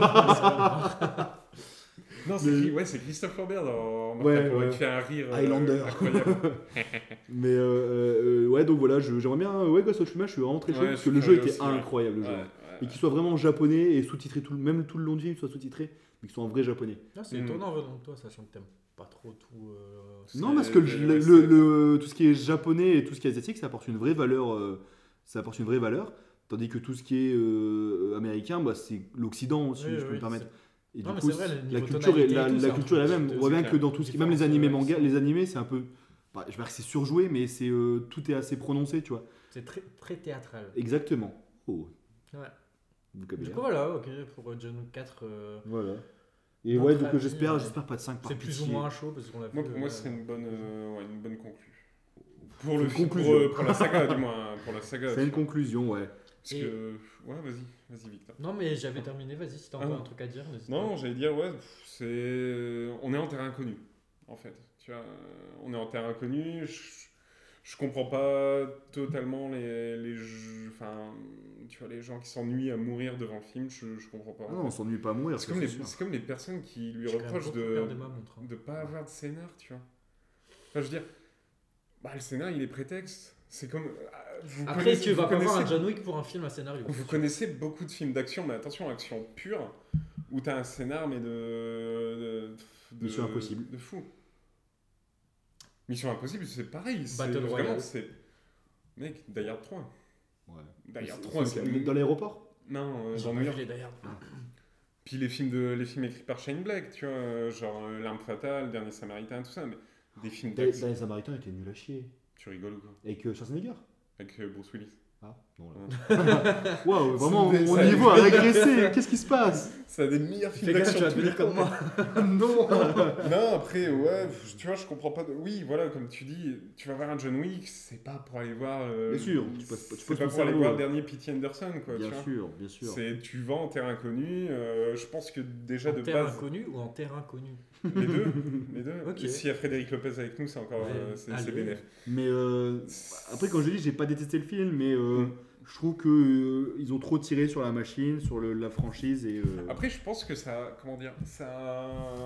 Non, c'est Mais- Chris- ouais, c'est Christophe Lambert dans Mortal Ouais, Kombat ouais. qui fait un rire euh, Highlander. incroyable. Mais euh, euh, ouais, donc voilà, je- j'aimerais bien. Ouais, Ghost of Tsushima, je suis vraiment très chaud Ouais, parce je que suis le jeu curieux était aussi, ouais. incroyable, le Ouais, jeu. ouais, Et qu'il soit vraiment japonais et sous-titré, tout, le- même tout le long du film, qu'il soit sous-titré, mais qu'il soit en vrai japonais. Ah, c'est Mm. étonnant venant de toi, sachant que t'aimes pas trop tout. euh, C'est- Non, parce que le, c'est- le- c'est- le- le- tout ce qui est japonais et tout ce qui est asiatique, ça apporte une vraie valeur. euh, ça apporte une vraie valeur. Tandis que tout ce qui est euh, américain, bah, c'est l'Occident, si Oui, je peux oui, me permettre. Et Non, du mais coup, c'est vrai, le la niveau culture, est, tonalité et la, tout, la c'est un culture est la truc même. de- On voit c'est bien clair. que dans tout ce qui, même les Différence, animés euh, mangas, c'est- les animés, c'est un peu. Bah, je vais dire que c'est surjoué, mais c'est euh, tout est assez prononcé, tu vois. C'est très, très théâtral. Exactement. Oh. Ouais. Du vocabulaire. coup, voilà, ok, pour euh, John Wick quatre, euh, Voilà. Et Notre ouais, donc avis, j'espère, euh, j'espère pas de cinq par c'est plus pitié. ou moins chaud parce qu'on a vu. Moi, pour moi, euh, ce serait une bonne, euh, ouais, une bonne conclusion. Pour le Une film, pour, conclusion. euh, pour la saga, du moins. hein, Pour la saga. C'est une conclusion, ouais. Parce Et- que. Ouais, vas-y, vas-y, Victor. Non, mais j'avais terminé, vas-y, si t'as Ah encore non. un truc à dire. n'hésite Non, pas. j'allais dire, ouais, pff, c'est. On est en terrain inconnu, en fait. Tu vois, euh, on est en terrain inconnu. Je, je comprends pas totalement les, les, jeux- enfin, tu vois, les gens qui s'ennuient à mourir devant le film. Je, je comprends pas. Ah non, on s'ennuie pas à mourir, c'est c'est comme, les- sûr. c'est comme les personnes qui lui J'ai quand même reprochent beaucoup de regardé ma montre, hein. de pas avoir de scénar, tu vois. Enfin, je veux dire, bah, le scénar, il est prétexte. C'est comme. euh, vous Après, connaissez- tu vas vous pas voir un connaissez- John Wick pour un film à scénario. Vous connaissez beaucoup de films d'action, mais attention, action pure, où t'as un scénar, mais de. de, de Mission Impossible. De fou. Mission Impossible, c'est pareil. c'est Battle vraiment, Royale. c'est. Mec, Die Hard trois. Ouais. Die Hard C'est- trois, c'est- c'est. Dans l'aéroport Non, euh, J'ai dans pas New vu York. les Die Hard. Puis les films, de, les films écrits par Shane Black, tu vois, euh, genre euh, L'Arme Fatale, Dernier Samaritain, tout ça, mais des films Dans d'action. les Samaritains étaient nuls à chier. Tu rigoles ou quoi? Avec euh, Schwarzenegger Avec euh, Bruce Willis. Ah, non, là. Waouh, vraiment, C'est- mon ça- niveau a régressé. Qu'est-ce qui se passe? C'est un des meilleurs films Fais gaffe, d'action tu vas de tous les devenir temps. comme moi. Non. Non, après, ouais, tu vois, je comprends pas. de- Oui, voilà, comme tu dis, tu vas voir un John Wick, c'est pas pour aller voir. euh, Bien sûr, tu passes pas- tu c'est passes pas ton pour aller cerveau. voir le dernier P T Anderson, quoi. tu Bien vois. sûr, bien sûr. C'est tu vas en terre inconnue. euh, je pense que déjà En de terre base, inconnue ou en terre inconnue? les deux, les deux. Ok. Et s'il y a Frédéric Lopez avec nous, c'est encore, Ouais, euh, c'est c'est allez. bénéf. Mais euh, après, quand je dis, j'ai pas détesté le film, mais euh, Mm. je trouve que euh, ils ont trop tiré sur la machine, sur le- la franchise et. euh, Après, je pense que ça, comment dire, ça,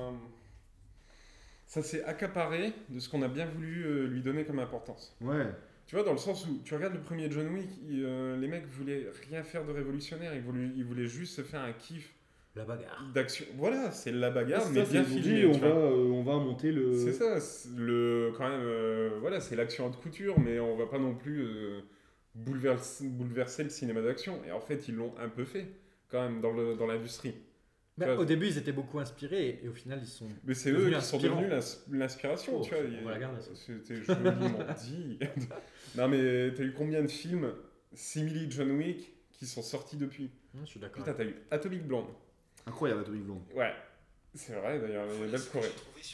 ça s'est accaparé de ce qu'on a bien voulu euh, lui donner comme importance. Ouais. Tu vois, dans le sens où tu regardes le premier John Wick, il, euh, les mecs voulaient rien faire de révolutionnaire, ils voulaient, ils voulaient juste se faire un kiff La bagarre. d'action. Voilà, c'est la bagarre, C'est mais ça, bien c'est- ils ont filmée. dit, on tu va, vois. euh, on va monter le. C'est ça, c'est le, quand même, euh, voilà, c'est l'action haute couture, mais on va pas non plus euh, bouleverser, bouleverser le cinéma d'action. Et en fait, ils l'ont un peu fait, quand même, dans le- dans l'industrie. Mais Ouais. au début, ils étaient beaucoup inspirés et, et au final, ils sont. Mais c'est eux Devenu qui sont inspirant. devenus l'ins- l'inspiration, Oh, tu vois. on et- va la garder, ça. C'était joliment dit. Non, mais t'as eu combien de films simili John Wick qui sont sortis depuis? Non, je suis d'accord. Putain, t'as eu Atomic Blonde. Incroyable, Atomic Blonde. Ouais, c'est vrai d'ailleurs, il y a belle Corée.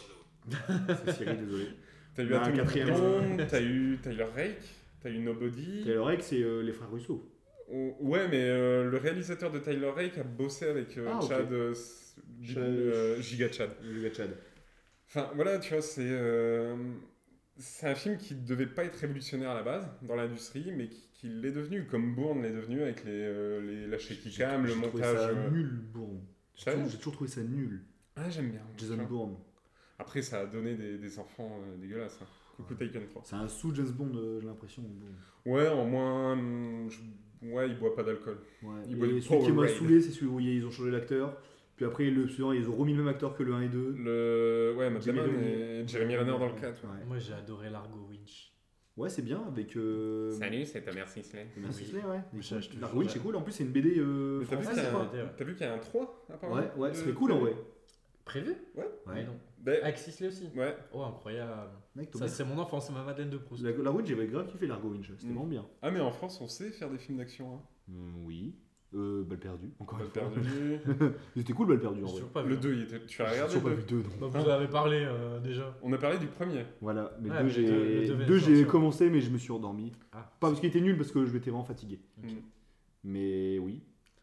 C'est Cyril, désolé. T'as eu Bah, un Atomic quatrième. Blonde, t'as eu Tyler Rake, t'as eu Nobody. Taylor Rake, c'est euh, les frères Russo. Oh, ouais, mais euh, le réalisateur de Tyler Rake a bossé avec euh, Ah, ok. Chad, euh, s- Chad- euh, Giga Chad. Le gars de Chad. Enfin, voilà, tu vois, c'est euh, c'est un film qui devait pas être révolutionnaire à la base dans l'industrie, mais qui, qui l'est devenu, comme Bourne l'est devenu avec les, euh, les la shaky cam, le J'ai trouvé montage. ça euh, nul, Bourne. J'ai Sérieux toujours, j'ai toujours trouvé ça nul. Ah, j'aime bien. Jason tu vois. Bourne. Après, ça a donné des, des enfants euh, dégueulasses. hein. Coucou Taken trois. C'est un sous James Bond, euh, j'ai l'impression. Bourne. Ouais, en moins. hum, je- Ouais, il boit pas d'alcool. Ouais. Il boit du Et celui qui m'a Powerade. saoulé, c'est celui où ils ont changé l'acteur. Puis après, le suivant, ils ont remis le même acteur que le un et deux. Le... Ouais, Matt Jimmy Damon Rennie. et Jeremy Renner dans le quatre. Ouais. Ouais, Moi, j'ai adoré Largo Winch. Ouais, c'est bien avec. Euh... Salut, c'est Thomas Sisley. Thomas Oui. Sisley, ouais. Oui, ça, je te La jure, Winch, ouais. c'est cool. En plus, c'est une B D euh, Mais t'as vu française, qu'il y, a je un- crois. ouais. t'as vu qu'il y a un trois apparemment Ouais, ouais, de- ça serait cool en vrai. Prévu Ouais. Mais Ouais. non. Ben, Avec Sisley aussi. ouais. Oh, incroyable. Mec, Ça, Thomas- c'est mon enfance, c'est ma Madeleine de Proust. La, la Winch, j'avais grave kiffé Largo Winch. C'était Mm. vraiment bien. Ah, mais en France, on sait faire des films d'action. Hein. Mm, oui. Euh, Balle perdue, encore Balle une fois. perdue. C'était cool, Balle perdue en J'ai vrai. toujours pas vu. Le deux, il était... tu as J'ai regardé toujours le pas deux vu deux, non. Bah, vous en avez parlé euh, déjà. On a parlé du premier. Voilà, mais Ouais, deux, mais j'ai le deux- le deux vient de deux, j'ai sortir. commencé, mais je me suis endormi. Ah. Pas parce qu'il était nul, parce que je m'étais vraiment fatigué. Ok. Mm. Mais oui.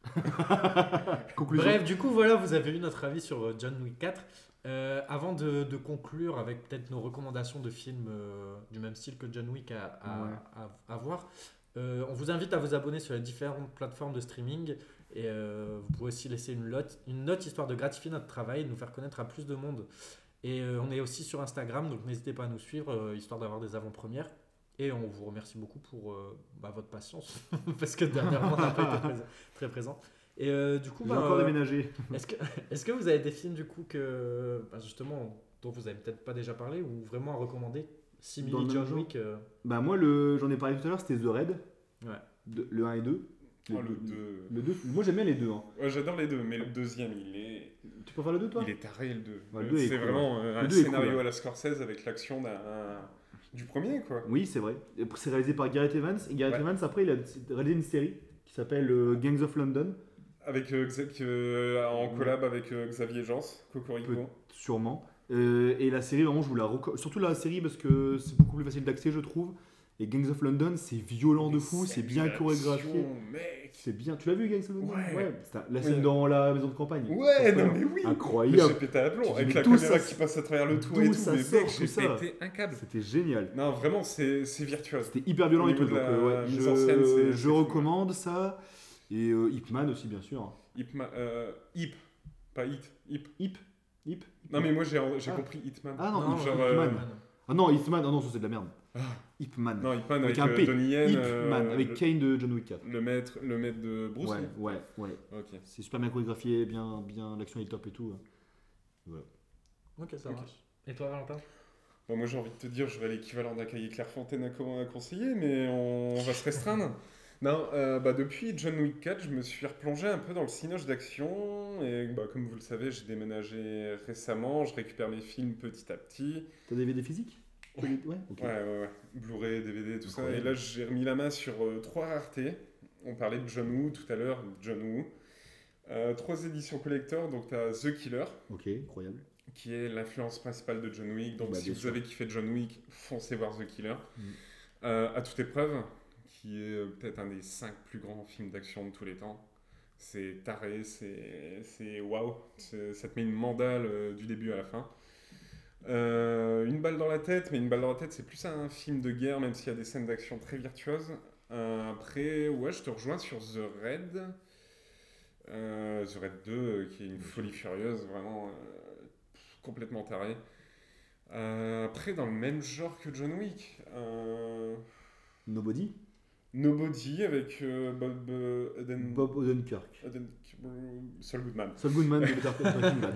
Conclusion. Bref, du coup, voilà, vous avez eu notre avis sur euh, John Wick quatre. Euh, avant de, de conclure avec peut-être nos recommandations de films euh, du même style que John Wick à, à, Ouais. à- à voir, euh, on vous invite à vous abonner sur les différentes plateformes de streaming et euh, vous pouvez aussi laisser une note, une note histoire de gratifier notre travail et de nous faire connaître à plus de monde. Et euh, on est aussi sur Instagram, donc n'hésitez pas à nous suivre, euh, histoire d'avoir des avant-premières. Et on vous remercie beaucoup pour euh, bah, votre patience, parce que dernièrement, on n'a pas été présent- très présent. Et euh, du coup, J'ai bah, encore euh, déménagé. est-ce que, est-ce que vous avez des films du coup que, bah, justement, dont vous avez peut-être pas déjà parlé ou vraiment à recommander Dans le simili même John genre Wick euh, Bah, moi, le, j'en ai parlé tout à l'heure, c'était The Raid. Ouais. De- le un et deux. Oh, le deux. Le deux. Moi, j'aime bien les deux. Hein. Ouais, j'adore les deux, mais le deuxième, il est, Tu préfères le deux, toi il est taré, le deux. Ouais, le deux est c'est cool, vraiment euh, Le un deux est scénario cool, à la Scorsese avec l'action d'un... du premier, quoi. Oui, c'est vrai. Et C'est réalisé par Gareth Evans. Et Gareth Ouais. Evans, après, il a réalisé une série qui s'appelle euh, Gangs of London. Avec, euh, Xa- euh, en Ouais. collab avec euh, Xavier Jans, Cocorico. Peut- Sûrement. Euh, et la série, vraiment, je vous la recommande. Surtout la série parce que c'est beaucoup plus facile d'accès, je trouve. Et Gangs of London, c'est violent de fou, c'est bien L'action, chorégraphié. Mec. C'est bien. Tu l'as vu, Gangs of London Ouais. c'est un- La scène Oui. dans la maison de campagne. Ouais, Ça, non c'est mais oui. Mais j'ai Incroyable. pété à plomb. Tu Avec dis, la d'où caméra ça- qui passe à travers le tour d'où et tout. ça Mais sort, mec, tout j'ai ça pété un câble. C'était génial. Non, vraiment, c'est c'est virtuose. C'était hyper violent Au et niveau tout. de Donc, la euh, ouais, mise je, en scène, c'est- je c'est fou, recommande ça. Et euh, Ip Man aussi, bien sûr. Hipma, euh, Hip, pas Hit, Hip. Hip Hip Non mais moi j'ai j'ai Ah. compris Hitman. Ah non, Ip, genre, Ip euh, Man. Hitman. Ah non, Ip Man, ah non, ça c'est de la merde. Ah. Ip Man. Non, Hitman Avec avec, un euh, P. Donnie Yen. Ip euh, Man, avec le, Kane de John Wick quatre. le maître, le maître de Bruce Ouais, Lee. ouais, ouais. Ok. C'est super bien chorégraphié, bien, bien, l'action est top et tout. Ok, ça Ok. marche. Et toi, Valentin? Bon, moi j'ai envie de te dire, j'aurais l'équivalent d'un cahier Clairefontaine à, co- à conseiller, mais on, on va se restreindre. Non, euh, bah depuis John Wick quatre, je me suis replongé un peu dans le cinoche d'action. Et bah, comme vous le savez, j'ai déménagé récemment, je récupère mes films petit à petit. T'as des V D physiques? Tu peux les- Ouais, ok. Ouais, ouais, ouais. Blu-ray, D V D, tout ça. Incroyable. Et là, j'ai remis la main sur euh, trois raretés. On parlait de John Woo tout à l'heure, John Woo. Euh, trois éditions collector, donc tu as The Killer, Ok, incroyable. qui est l'influence principale de John Wick. Donc Bah, si bien vous sûr. avez kiffé John Wick, foncez voir The Killer. Mm. Euh, à toute épreuve, qui est euh, peut-être un des cinq plus grands films d'action de tous les temps. C'est taré, c'est c'est waouh, C'est- ça te met une mandale euh, du début à la fin. Euh, une balle dans la tête, mais une balle dans la tête, c'est plus un film de guerre, même s'il y a des scènes d'action très virtuoses. Euh, après, ouais, je te rejoins sur The Raid. Euh, The Raid deux, euh, qui est une folie furieuse, vraiment euh, complètement taré. Euh, après, dans le même genre que John Wick, euh, Nobody. Nobody avec euh, Bob euh, Oden- Bob Odenkirk. Oden- Saul Goodman. Saul Goodman de Better Call Saul.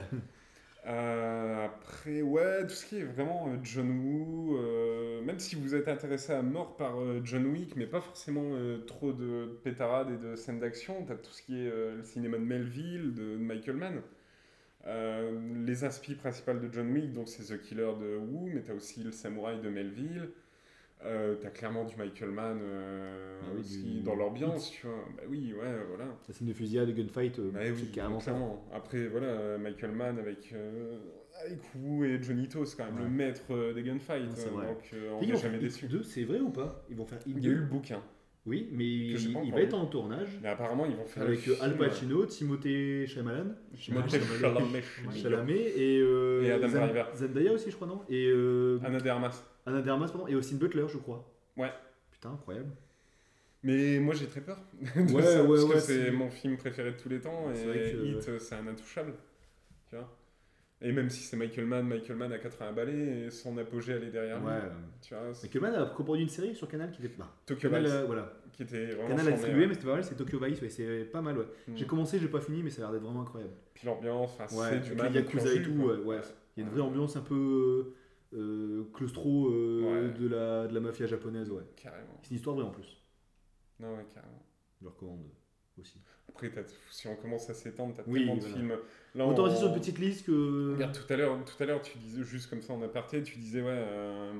Euh, après, ouais, tout ce qui est vraiment euh, John Woo, euh, même si vous êtes intéressé à mort par euh, John Wick, mais pas forcément euh, trop de pétarades et de scènes d'action, t'as tout ce qui est euh, le cinéma de Melville, de Michael Mann. Euh, les inspi principales de John Wick, donc c'est The Killer de Woo, mais t'as aussi le Samouraï de Melville. Euh, t'as clairement du Michael Mann euh, Ah oui, aussi du- dans l'ambiance, tu vois. Bah oui, ouais, voilà. La scène de fusillade, de gunfight, euh, Bah c'est oui, carrément ça. clairement. Après, voilà, euh, Michael Mann avec, euh, avec Woo et Johnny To, c'est quand même Ouais. le maître euh, des gunfights. Non, c'est euh, vrai. donc euh, on Ils n'est vont jamais faire déçu. Hit deux, c'est vrai ou pas? Ils vont faire Hit Il y a eu deux. le bouquin, Oui, mais que j'ai il, pas il encore va lu. être en tournage mais apparemment ils vont faire avec le euh, Al film, Pacino, Timothée Chalamet, Timothée Chalamet, Chalamet. Chalamet et, euh, Et Adam Zan- Driver. Zendaya aussi, je crois, non? Et euh, Anna de Armas. Anna de Armas, pardon, et Austin Butler, je crois. Ouais. Putain, incroyable. Mais moi j'ai très peur de Ouais, ça, ouais, parce que ouais, c'est c'est- mon film préféré de tous les temps C'est et vrai que- Hit euh, c'est un intouchable, tu vois. Et même si c'est Michael Mann, Michael Mann a quatre-vingts balais et son apogée elle est derrière Ouais. lui, euh, tu vois. c'est- Michael Mann a coproduit une série sur Canal qui était. Bah, Tokyo Canal, Vice, euh, voilà. qui était vraiment Canal a charmé, distribué, ouais. mais c'était pas mal, c'est Tokyo Vice, ouais, c'est pas mal, ouais. Mm. J'ai commencé, j'ai pas fini, mais ça a l'air d'être vraiment incroyable. Puis l'ambiance, enfin, Ouais, c'est avec du les mal Yakuza et tout, ouais, ouais. ouais. Il y a une vraie ambiance un peu euh, claustro euh, Ouais. de, la, de la mafia japonaise, ouais. Carrément. C'est une histoire vraie en plus. Non, ouais, carrément. Je le recommande aussi. Après, t'as- si on commence à s'étendre, t'as Oui, tellement de voilà. films. Là, On t'en reste sur une petite liste que. Regarde, tout à l'heure, tout à l'heure, tu disais juste comme ça en aparté, tu disais ouais, euh,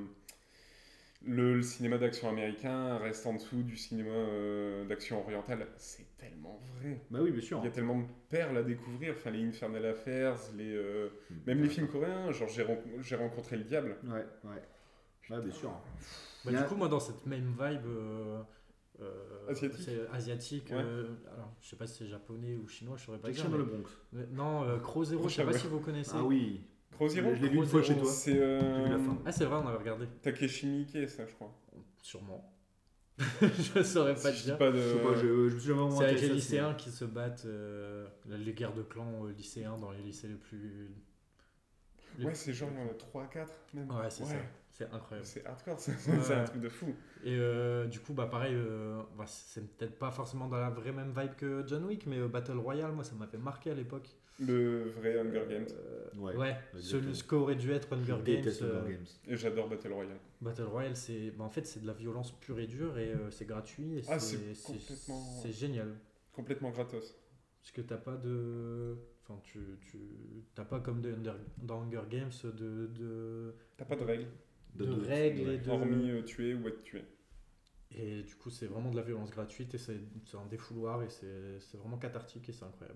le, le cinéma d'action américain reste en dessous du cinéma euh, d'action oriental. C'est tellement vrai. Bah oui, bien sûr. Il y a tellement de perles à découvrir. Enfin, les Infernal Affairs, les euh, même les films coréens. Genre, j'ai ren- j'ai rencontré le diable. Ouais, ouais. Ouais, bien sûr. Bah, Il y a- Du coup, moi, dans cette même vibe euh, euh, Asiatique. c'est asiatique Ouais. euh, alors, je sais pas si c'est japonais ou chinois, je saurais pas Jack dire. Chan dans mais- le Bronx. mais non, euh, Crow Zero, je sais pas Crow si vous connaissez. Ah oui. Crow Zero. Je l'ai vu une Crow fois Zero, chez toi. C'est euh, J'ai vu la fin. Ah, c'est vrai, on avait regardé. Takeshi Miike, ça, je crois. Sûrement. je saurais pas te Si je dis dire. pas de. Je sais pas, je, je me suis jamais vraiment C'est avec intéressé les à ce lycéens qui se battent, euh, les guerres de clans euh, lycéens dans les lycées les plus. les- Ouais, c'est genre il y en a trois à quatre même. Ouais, c'est ça. C'est incroyable. C'est hardcore, c'est Ouais. c'est un truc de fou. Et euh, du coup, bah pareil, euh, bah, c'est peut-être pas forcément dans la vraie même vibe que John Wick, mais euh, Battle Royale, moi, ça m'avait marqué à l'époque. Le vrai Hunger Games. Euh, Ouais, ouais, exactement. ce, ce qu'aurait dû être film. Hunger Je Games. déteste euh, Hunger Games. Et j'adore Battle Royale. Battle Royale, c'est, bah, en fait, c'est de la violence pure et dure et euh, c'est gratuit et Ah, c'est, c'est c'est, complètement- c'est génial. Complètement gratos. Parce que t'as pas de. Enfin, tu, tu t'as pas comme de Under- dans Hunger Games de, de, T'as pas de règles, de, De- de- règles ouais. et de. hormis euh, tuer ou être tué. Et du coup, c'est vraiment de la violence gratuite et c'est, c'est un défouloir et c'est, c'est vraiment cathartique et c'est incroyable.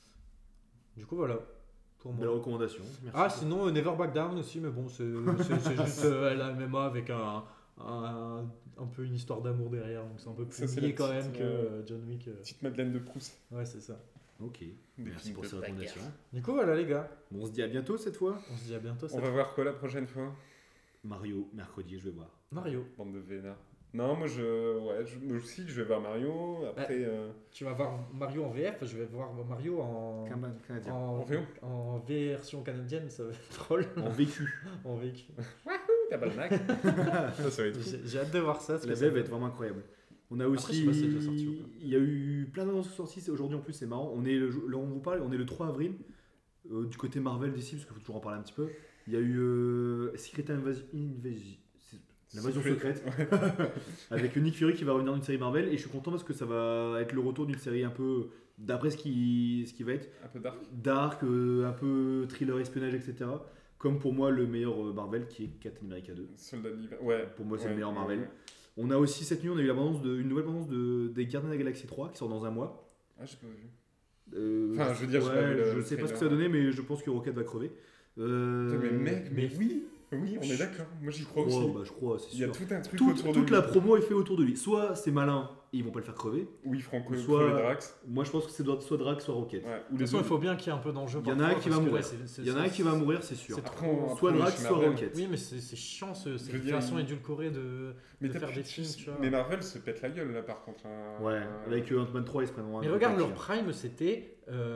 Du coup, voilà. Pour moi. Belle recommandation. Merci. Ah, sinon, euh, Never Back Down aussi, mais bon, c'est, c'est, c'est juste euh, la M M A avec un, un, un peu une histoire d'amour derrière, donc c'est un peu plus Ça, c'est lié la quand petite, même que euh, euh, John Wick. euh. Petite Madeleine de Proust. Ouais, c'est ça. Ok. Des Merci films pour de ces bagarre. recommandations. Du coup, voilà, les gars. Bon, on se dit à bientôt cette fois. On se dit à bientôt. On cette va voir quoi la prochaine fois? Mario, mercredi, je vais voir. Mario. Bande de vénards. Non, moi je. Ouais, je... moi aussi je vais voir Mario. Après. euh, Tu vas voir Mario en V F, je vais voir Mario en, Cana- Canadien. en, En V O. en version canadienne, ça va être drôle. En vécu. En vécu. Tabarnak. Ça, ça va être fou. J'ai j'ai hâte de voir ça. parce La que V F ça- va être vraiment incroyable. On a Après, aussi. je sais pas si c'est déjà sorti ou pas. Il y a eu plein d'annonces sorties. c'est- Aujourd'hui en plus, c'est marrant. On est le, là, on vous parle, on est le trois avril. Euh, du côté Marvel d'ici, parce qu'il faut toujours en parler un petit peu. Il y a eu euh, Secret Invasion. Invasion- c'est- L'invasion Secret- secrète. Ouais. Avec Nick Fury qui va revenir dans une série Marvel. Et je suis content parce que ça va être le retour d'une série un peu. D'après ce qui, ce qui va être. Un peu dark. Dark, euh, un peu thriller, espionnage, et cetera. Comme pour moi, le meilleur euh, Marvel qui est Captain America deux. Soldat de l'hiver. Ouais. Pour moi, c'est Ouais, le meilleur ouais, Marvel. ouais. On a aussi cette nuit, on a eu l'abondance de, une nouvelle abondance de, des Gardiens de la Galaxie trois qui sort dans un mois. Ah, j'ai pas vu. Euh, Enfin, je veux dire, j'ai ouais, pas vu le je sais pas ce que trailer. ça va donner, mais je pense que Rocket va crever. Euh, Putain, mais mec, mais mais- oui, oui, on est d'accord. Moi, j'y je crois crois, aussi. bah, je crois, c'est Il y a sûr. tout un truc Toute, autour de toute lui. la promo est faite autour de lui. Soit c'est malin et ils vont pas le faire crever. Oui, Franco, Soit- crever Drax. Moi, je pense que c'est soit Drax, soit Rocket. Ouais, ou De toute les façon, il autres. faut bien qu'il y ait un peu d'enjeu. Il y en a un parfois, qui va parce que mourir. là, c'est- c'est- Il y en a un c'est- qui va mourir, c'est sûr. c'est Après, trop- on- Soit après, Drax, chez soit Marvel. Rocket. Oui, mais c'est c'est chiant ce- Je cette veux dire, version il- édulcorée de. Mais, de t'as faire plus- des films, tu vois. mais Marvel se pète la gueule là par contre. hein. Ouais, avec euh, Ant-Man trois, ils se prennent vraiment un Mais gros regarde, taquet, leur hein. prime, c'était.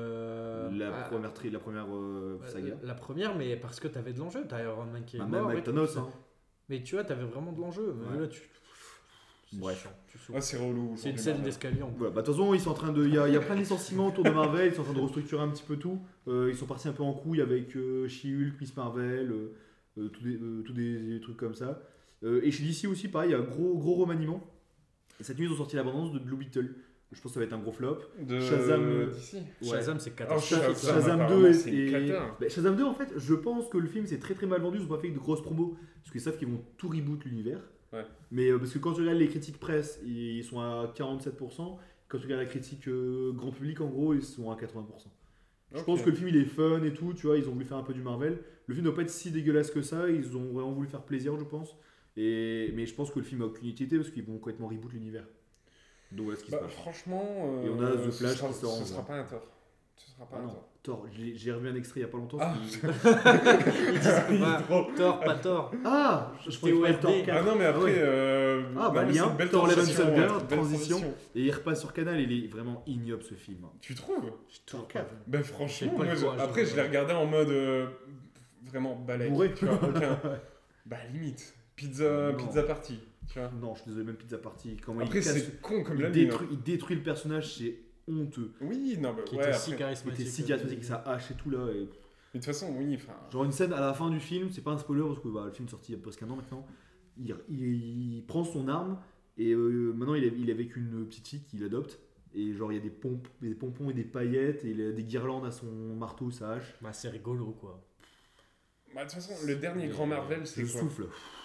euh, La ah, première, tri- la première euh, euh, saga. La première, mais parce que t'avais de l'enjeu. T'as Iron Man qui est Bah, mort. même et avec tout, Thanos. ça. Hein. Mais tu vois, t'avais vraiment de l'enjeu. Mais Ouais. là, tu. c'est Bref. chiant, tu souffres. Ah, c'est relou. C'est une aujourd'hui, scène Marvel. d'escalier en Voilà, bah, de toute façon, ils sont en train de. Il y a, il y a plein de licenciements autour de Marvel, ils sont en train de restructurer un petit peu tout. Euh, ils sont partis un peu en couille avec euh, She-Hulk, Miss Marvel, euh, euh, tous des, euh, tous des, des trucs comme ça. Euh, et chez D C aussi, pareil, il y a un gros, gros remaniement. Et cette nuit, ils ont sorti l'abondance de Blue Beetle. Je pense que ça va être un gros flop. De Shazam, euh, d'ici. Shazam, c'est Oh, catastrophique. Shazam, Shazam apparemment, deux c'est une est. cata. Bah, Shazam deux, en fait, je pense que le film s'est très très mal vendu. Ils ont pas fait de grosses promos parce qu'ils savent qu'ils vont tout reboot l'univers. Ouais. Mais euh, parce que quand tu regardes les critiques presse, ils sont à quarante-sept pour cent. Quand tu regardes la critique euh, grand public, en gros, ils sont à quatre-vingts pour cent. Je Ok. pense que le film il est fun et tout, tu vois, ils ont voulu faire un peu du Marvel. Le film ne doit pas être si dégueulasse que ça, ils ont vraiment voulu faire plaisir, je pense. Et... Mais je pense que le film a aucune utilité parce qu'ils vont complètement reboot l'univers. Donc voilà ce qui Bah, se passe. franchement, euh, Et on a The ce Flash sera, qui sort en ce sera juin. pas un tort. Ce sera pas Ah un non, tort. Thor, j'ai j'ai revu un extrait il y a pas longtemps. Ah, qui- Ils disent pas tort, pas tort. Ah, je, je croyais que T O c'était F D. Thor Ah quatre. non, mais après. ouais. euh, Ah, non, bah, mais lien, c'est une belle Thor Love and transition, Thunder, ouais, belle transition. Et il repasse sur Canal, il est vraiment ignoble ce film. Tu trouves J'ai toujours pas vu. Ben J'ai franchement, pas le moi, je- courage de après le je l'ai voir. regardé en mode euh, vraiment balèque. Bourré. Tu vois, aucun. Bah limite. Pizza, Non. pizza party. Tu vois. Non, je suis désolé, même Pizza Party. Comment Après il, casse- c'est con comme il, la nuit. détruit, il détruit le personnage, c'est honteux. Oui, non, bah Qui ouais. était Après... si Il charismatique. était si charismatique avec sa hache et tout là. Et... Mais de toute façon, oui, enfin. Genre une scène à la fin du film, c'est pas un spoiler parce que bah, le film est sorti il y a presque un an maintenant. Il, il- il prend son arme et euh, maintenant il est, il est avec une petite fille qu'il adopte. Et genre il y a des, pompes, des pompons et des paillettes et il a des guirlandes à son marteau, sa hache. Bah, c'est rigolo quoi. Bah, de toute façon, le dernier Mais- grand Marvel, c'est Je quoi souffle.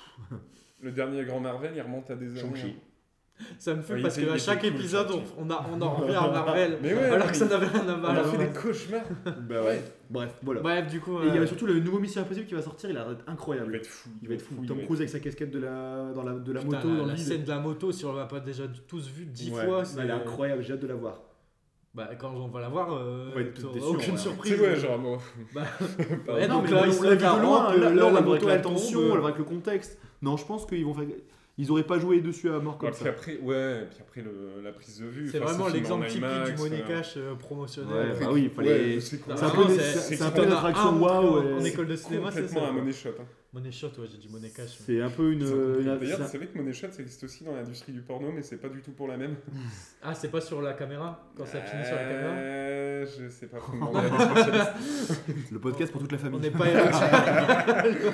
Le dernier grand Marvel, il remonte à des années. Shang-Chi. hein. Ça me fait Ouais, parce il était- qu'à il chaque était cool, épisode, Shang-Chi. on, on, a, on en revient à Marvel. Mais ouais, alors mais que ça n'avait rien à On voir. a fait des cauchemars. Bah ouais. Bref, voilà. Bref, du coup. Et il y euh, a surtout le nouveau Mission Impossible qui va sortir, il a l'air d'être Il incroyable. va être fou. Il va être fou. il Tom va être Cruise avec sa casquette de la, dans la, de la putain, moto la, dans le la vide. scène de la moto, si on l'a pas déjà tous vu dix Ouais. fois, Ouais, c'est elle est incroyable, j'ai hâte de la voir. Bah, quand on va la voir, euh, On va être tous t'auras déçus, aucune ouais. surprise. C'est ouais, genre, bon. Bah, Pardon. ouais, non, donc mais là, on il se l'a lève vu la de loin, rampe, là, le- là, on la l'a moto, avec la elle tension, tombe. on l'a avec le contexte. Non, je pense qu'ils vont faire... Ils auraient pas joué dessus à mort Ouais, comme puis ça. après, ouais, puis après le, la prise de vue. C'est enfin, vraiment filmé l'exemple en typique IMAX, du money euh, cash euh, promotionnel. Ouais, Après, bah oui, il fallait... Ouais, c'est con- C'est un Vraiment, peu, c'est- c'est c'est un peu une qu'on a attraction un waouh. en et- école de cinéma, c'est complètement ça. un money shot. hein. Money shot, ouais, j'ai dit money cash. C'est un peu une... une- D'ailleurs, c'est tu savais que money shot, ça existe aussi dans l'industrie du porno, mais c'est pas du tout pour la même. Ah, c'est pas sur la caméra Quand ça finit sur la caméra Euh, Je sais pas, faut demander à des spécialistes. le podcast pour toute la On famille. n'est pas érotique.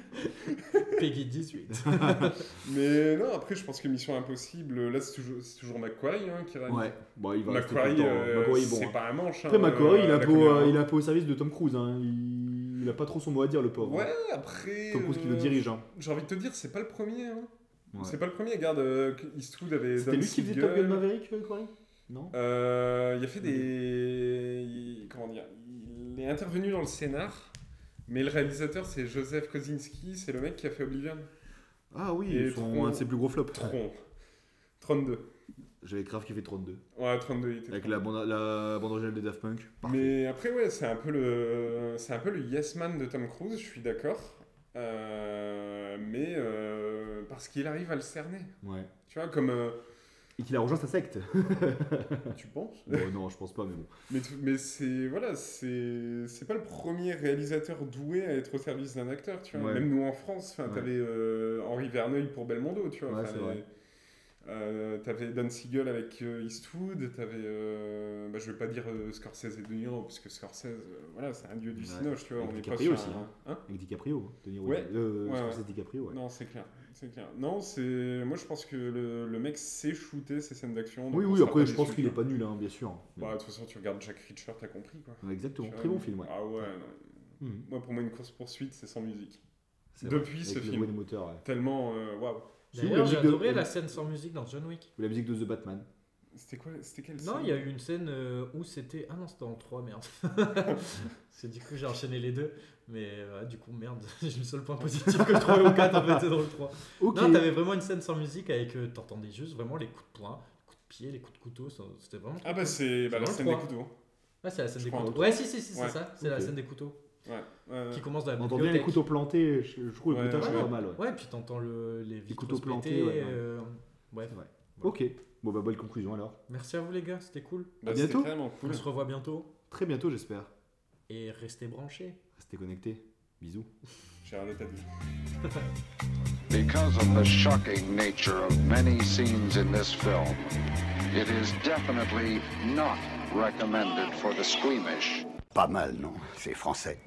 Peggy dix-huit. Mais non, après, je pense que Mission Impossible, là, c'est toujours, c'est toujours McQuarrie hein, qui réalise. Ouais, bon, il va rester tout le McQuarrie, temps. euh, McQuarrie, bon. c'est hein. pas un manche. Après, hein, McQuarrie, il, euh, a la peu, caméra. euh, il a un peu au service de Tom Cruise. Hein. Il... il a pas trop son mot à dire, le pauvre. Ouais, après. Tom Cruise qui le euh, dirige. Hein. J'ai envie de te dire, c'est pas le premier. Hein. Ouais. C'est pas le premier. Regarde, euh, Eastwood avait. C'était Don lui qui faisait Siegel. Top Gun Maverick, euh, Quarry Non Euh, il a fait des. il- Comment dire Il est intervenu dans le scénar, mais le réalisateur c'est Joseph Kosinski, c'est le mec qui a fait Oblivion. Ah oui, Et son, Tron- un de ses plus gros flops. Tron. trente-deux. J'avais grave kiffé trente-deux. Ouais, trente-deux, il était Avec trop la bande, la bande originale des Daft Punk. Parfait. Mais après, ouais, c'est un peu le, c'est un peu le yes man de Tom Cruise, je suis d'accord. Euh, mais euh, parce qu'il arrive à le cerner. Ouais. Tu vois, comme. euh, Et qu'il a rejoint sa secte. tu penses Bon, non, je pense pas, mais bon. Mais, tu- mais c'est. Voilà, c'est. C'est pas le premier réalisateur doué à être au service d'un acteur, tu vois. Ouais. Même nous en France, enfin, Ouais. t'avais euh, Henri Verneuil pour Belmondo, tu vois. Ouais, Enfin, c'est les- vrai. Euh, t'avais Don Siegel avec euh, Eastwood, t'avais, euh, bah, je vais pas dire euh, Scorsese et De Niro, parce que Scorsese, euh, voilà, c'est un dieu du Ouais. cinoche, tu vois, Et on n'est pas DiCaprio sur aussi, un... Hein Avec DiCaprio. hein, De Niro. Ouais. Euh, Ouais, Scorsese ouais. DiCaprio, ouais. Non, c'est clair, c'est clair. Non, c'est... Moi, je pense que le, le mec sait shooter ses scènes d'action. donc Oui, on oui, sera après, pas je pense déçu, qu'il est tu vois. pas nul, hein, bien sûr. Bah, de toute façon, tu regardes Jack Reacher, t'as compris, quoi. Ouais, exactement, Tu très vois, bon film, ouais. Ah ouais, non. Mhm. Moi, pour moi, une course-poursuite, c'est sans musique. C'est Depuis vrai, ce avec le film. bruit des moteurs, ouais. Tellement, euh, waouh. Si, ou la D'ailleurs, j'ai musique de- adoré la scène sans musique dans John Wick. Ou la musique de The Batman. C'était quoi C'était quelle Non, scène il y a eu une scène euh, où c'était. Ah non, c'était en trois, merde. C'est du coup, j'ai enchaîné les deux. Mais euh, du coup, merde, j'ai le seul point positif que le trois et le quatre en fait, c'est dans le trois. Ok. Non, t'avais vraiment une scène sans musique avec. euh, T'entendais juste vraiment les coups de poing, les coups de pied, les coups de couteau. ça- C'était vraiment. Ah trop bah cool. c'est bah, la dans le scène des trois. couteaux. Ouais, c'est la scène Je des crois, couteaux. en Ouais, si, si, si, c'est Ouais. ça. C'est la Ok. scène des couteaux. Ouais. ouais. Qui commence dans la On entend bien les bibliothèque. couteaux plantés, je, je trouve Ouais, le bruitage ouais. c'est pas mal. Ouais. Ouais, puis t'entends le, les vitres couteaux se plantés, péter, ouais, ouais. euh, Bref. Ouais. Ok, bon bah bonne conclusion alors. Merci à vous les gars, c'était cool. Bah, À c'était bientôt. vraiment cool. On se revoit bientôt. Très bientôt j'espère. Et restez branchés. Restez connectés. Bisous. J'ai regardé ta vie. Because of the shocking nature of many scenes in this film, it is definitely not recommended for the squeamish. Pas mal, non? C'est français.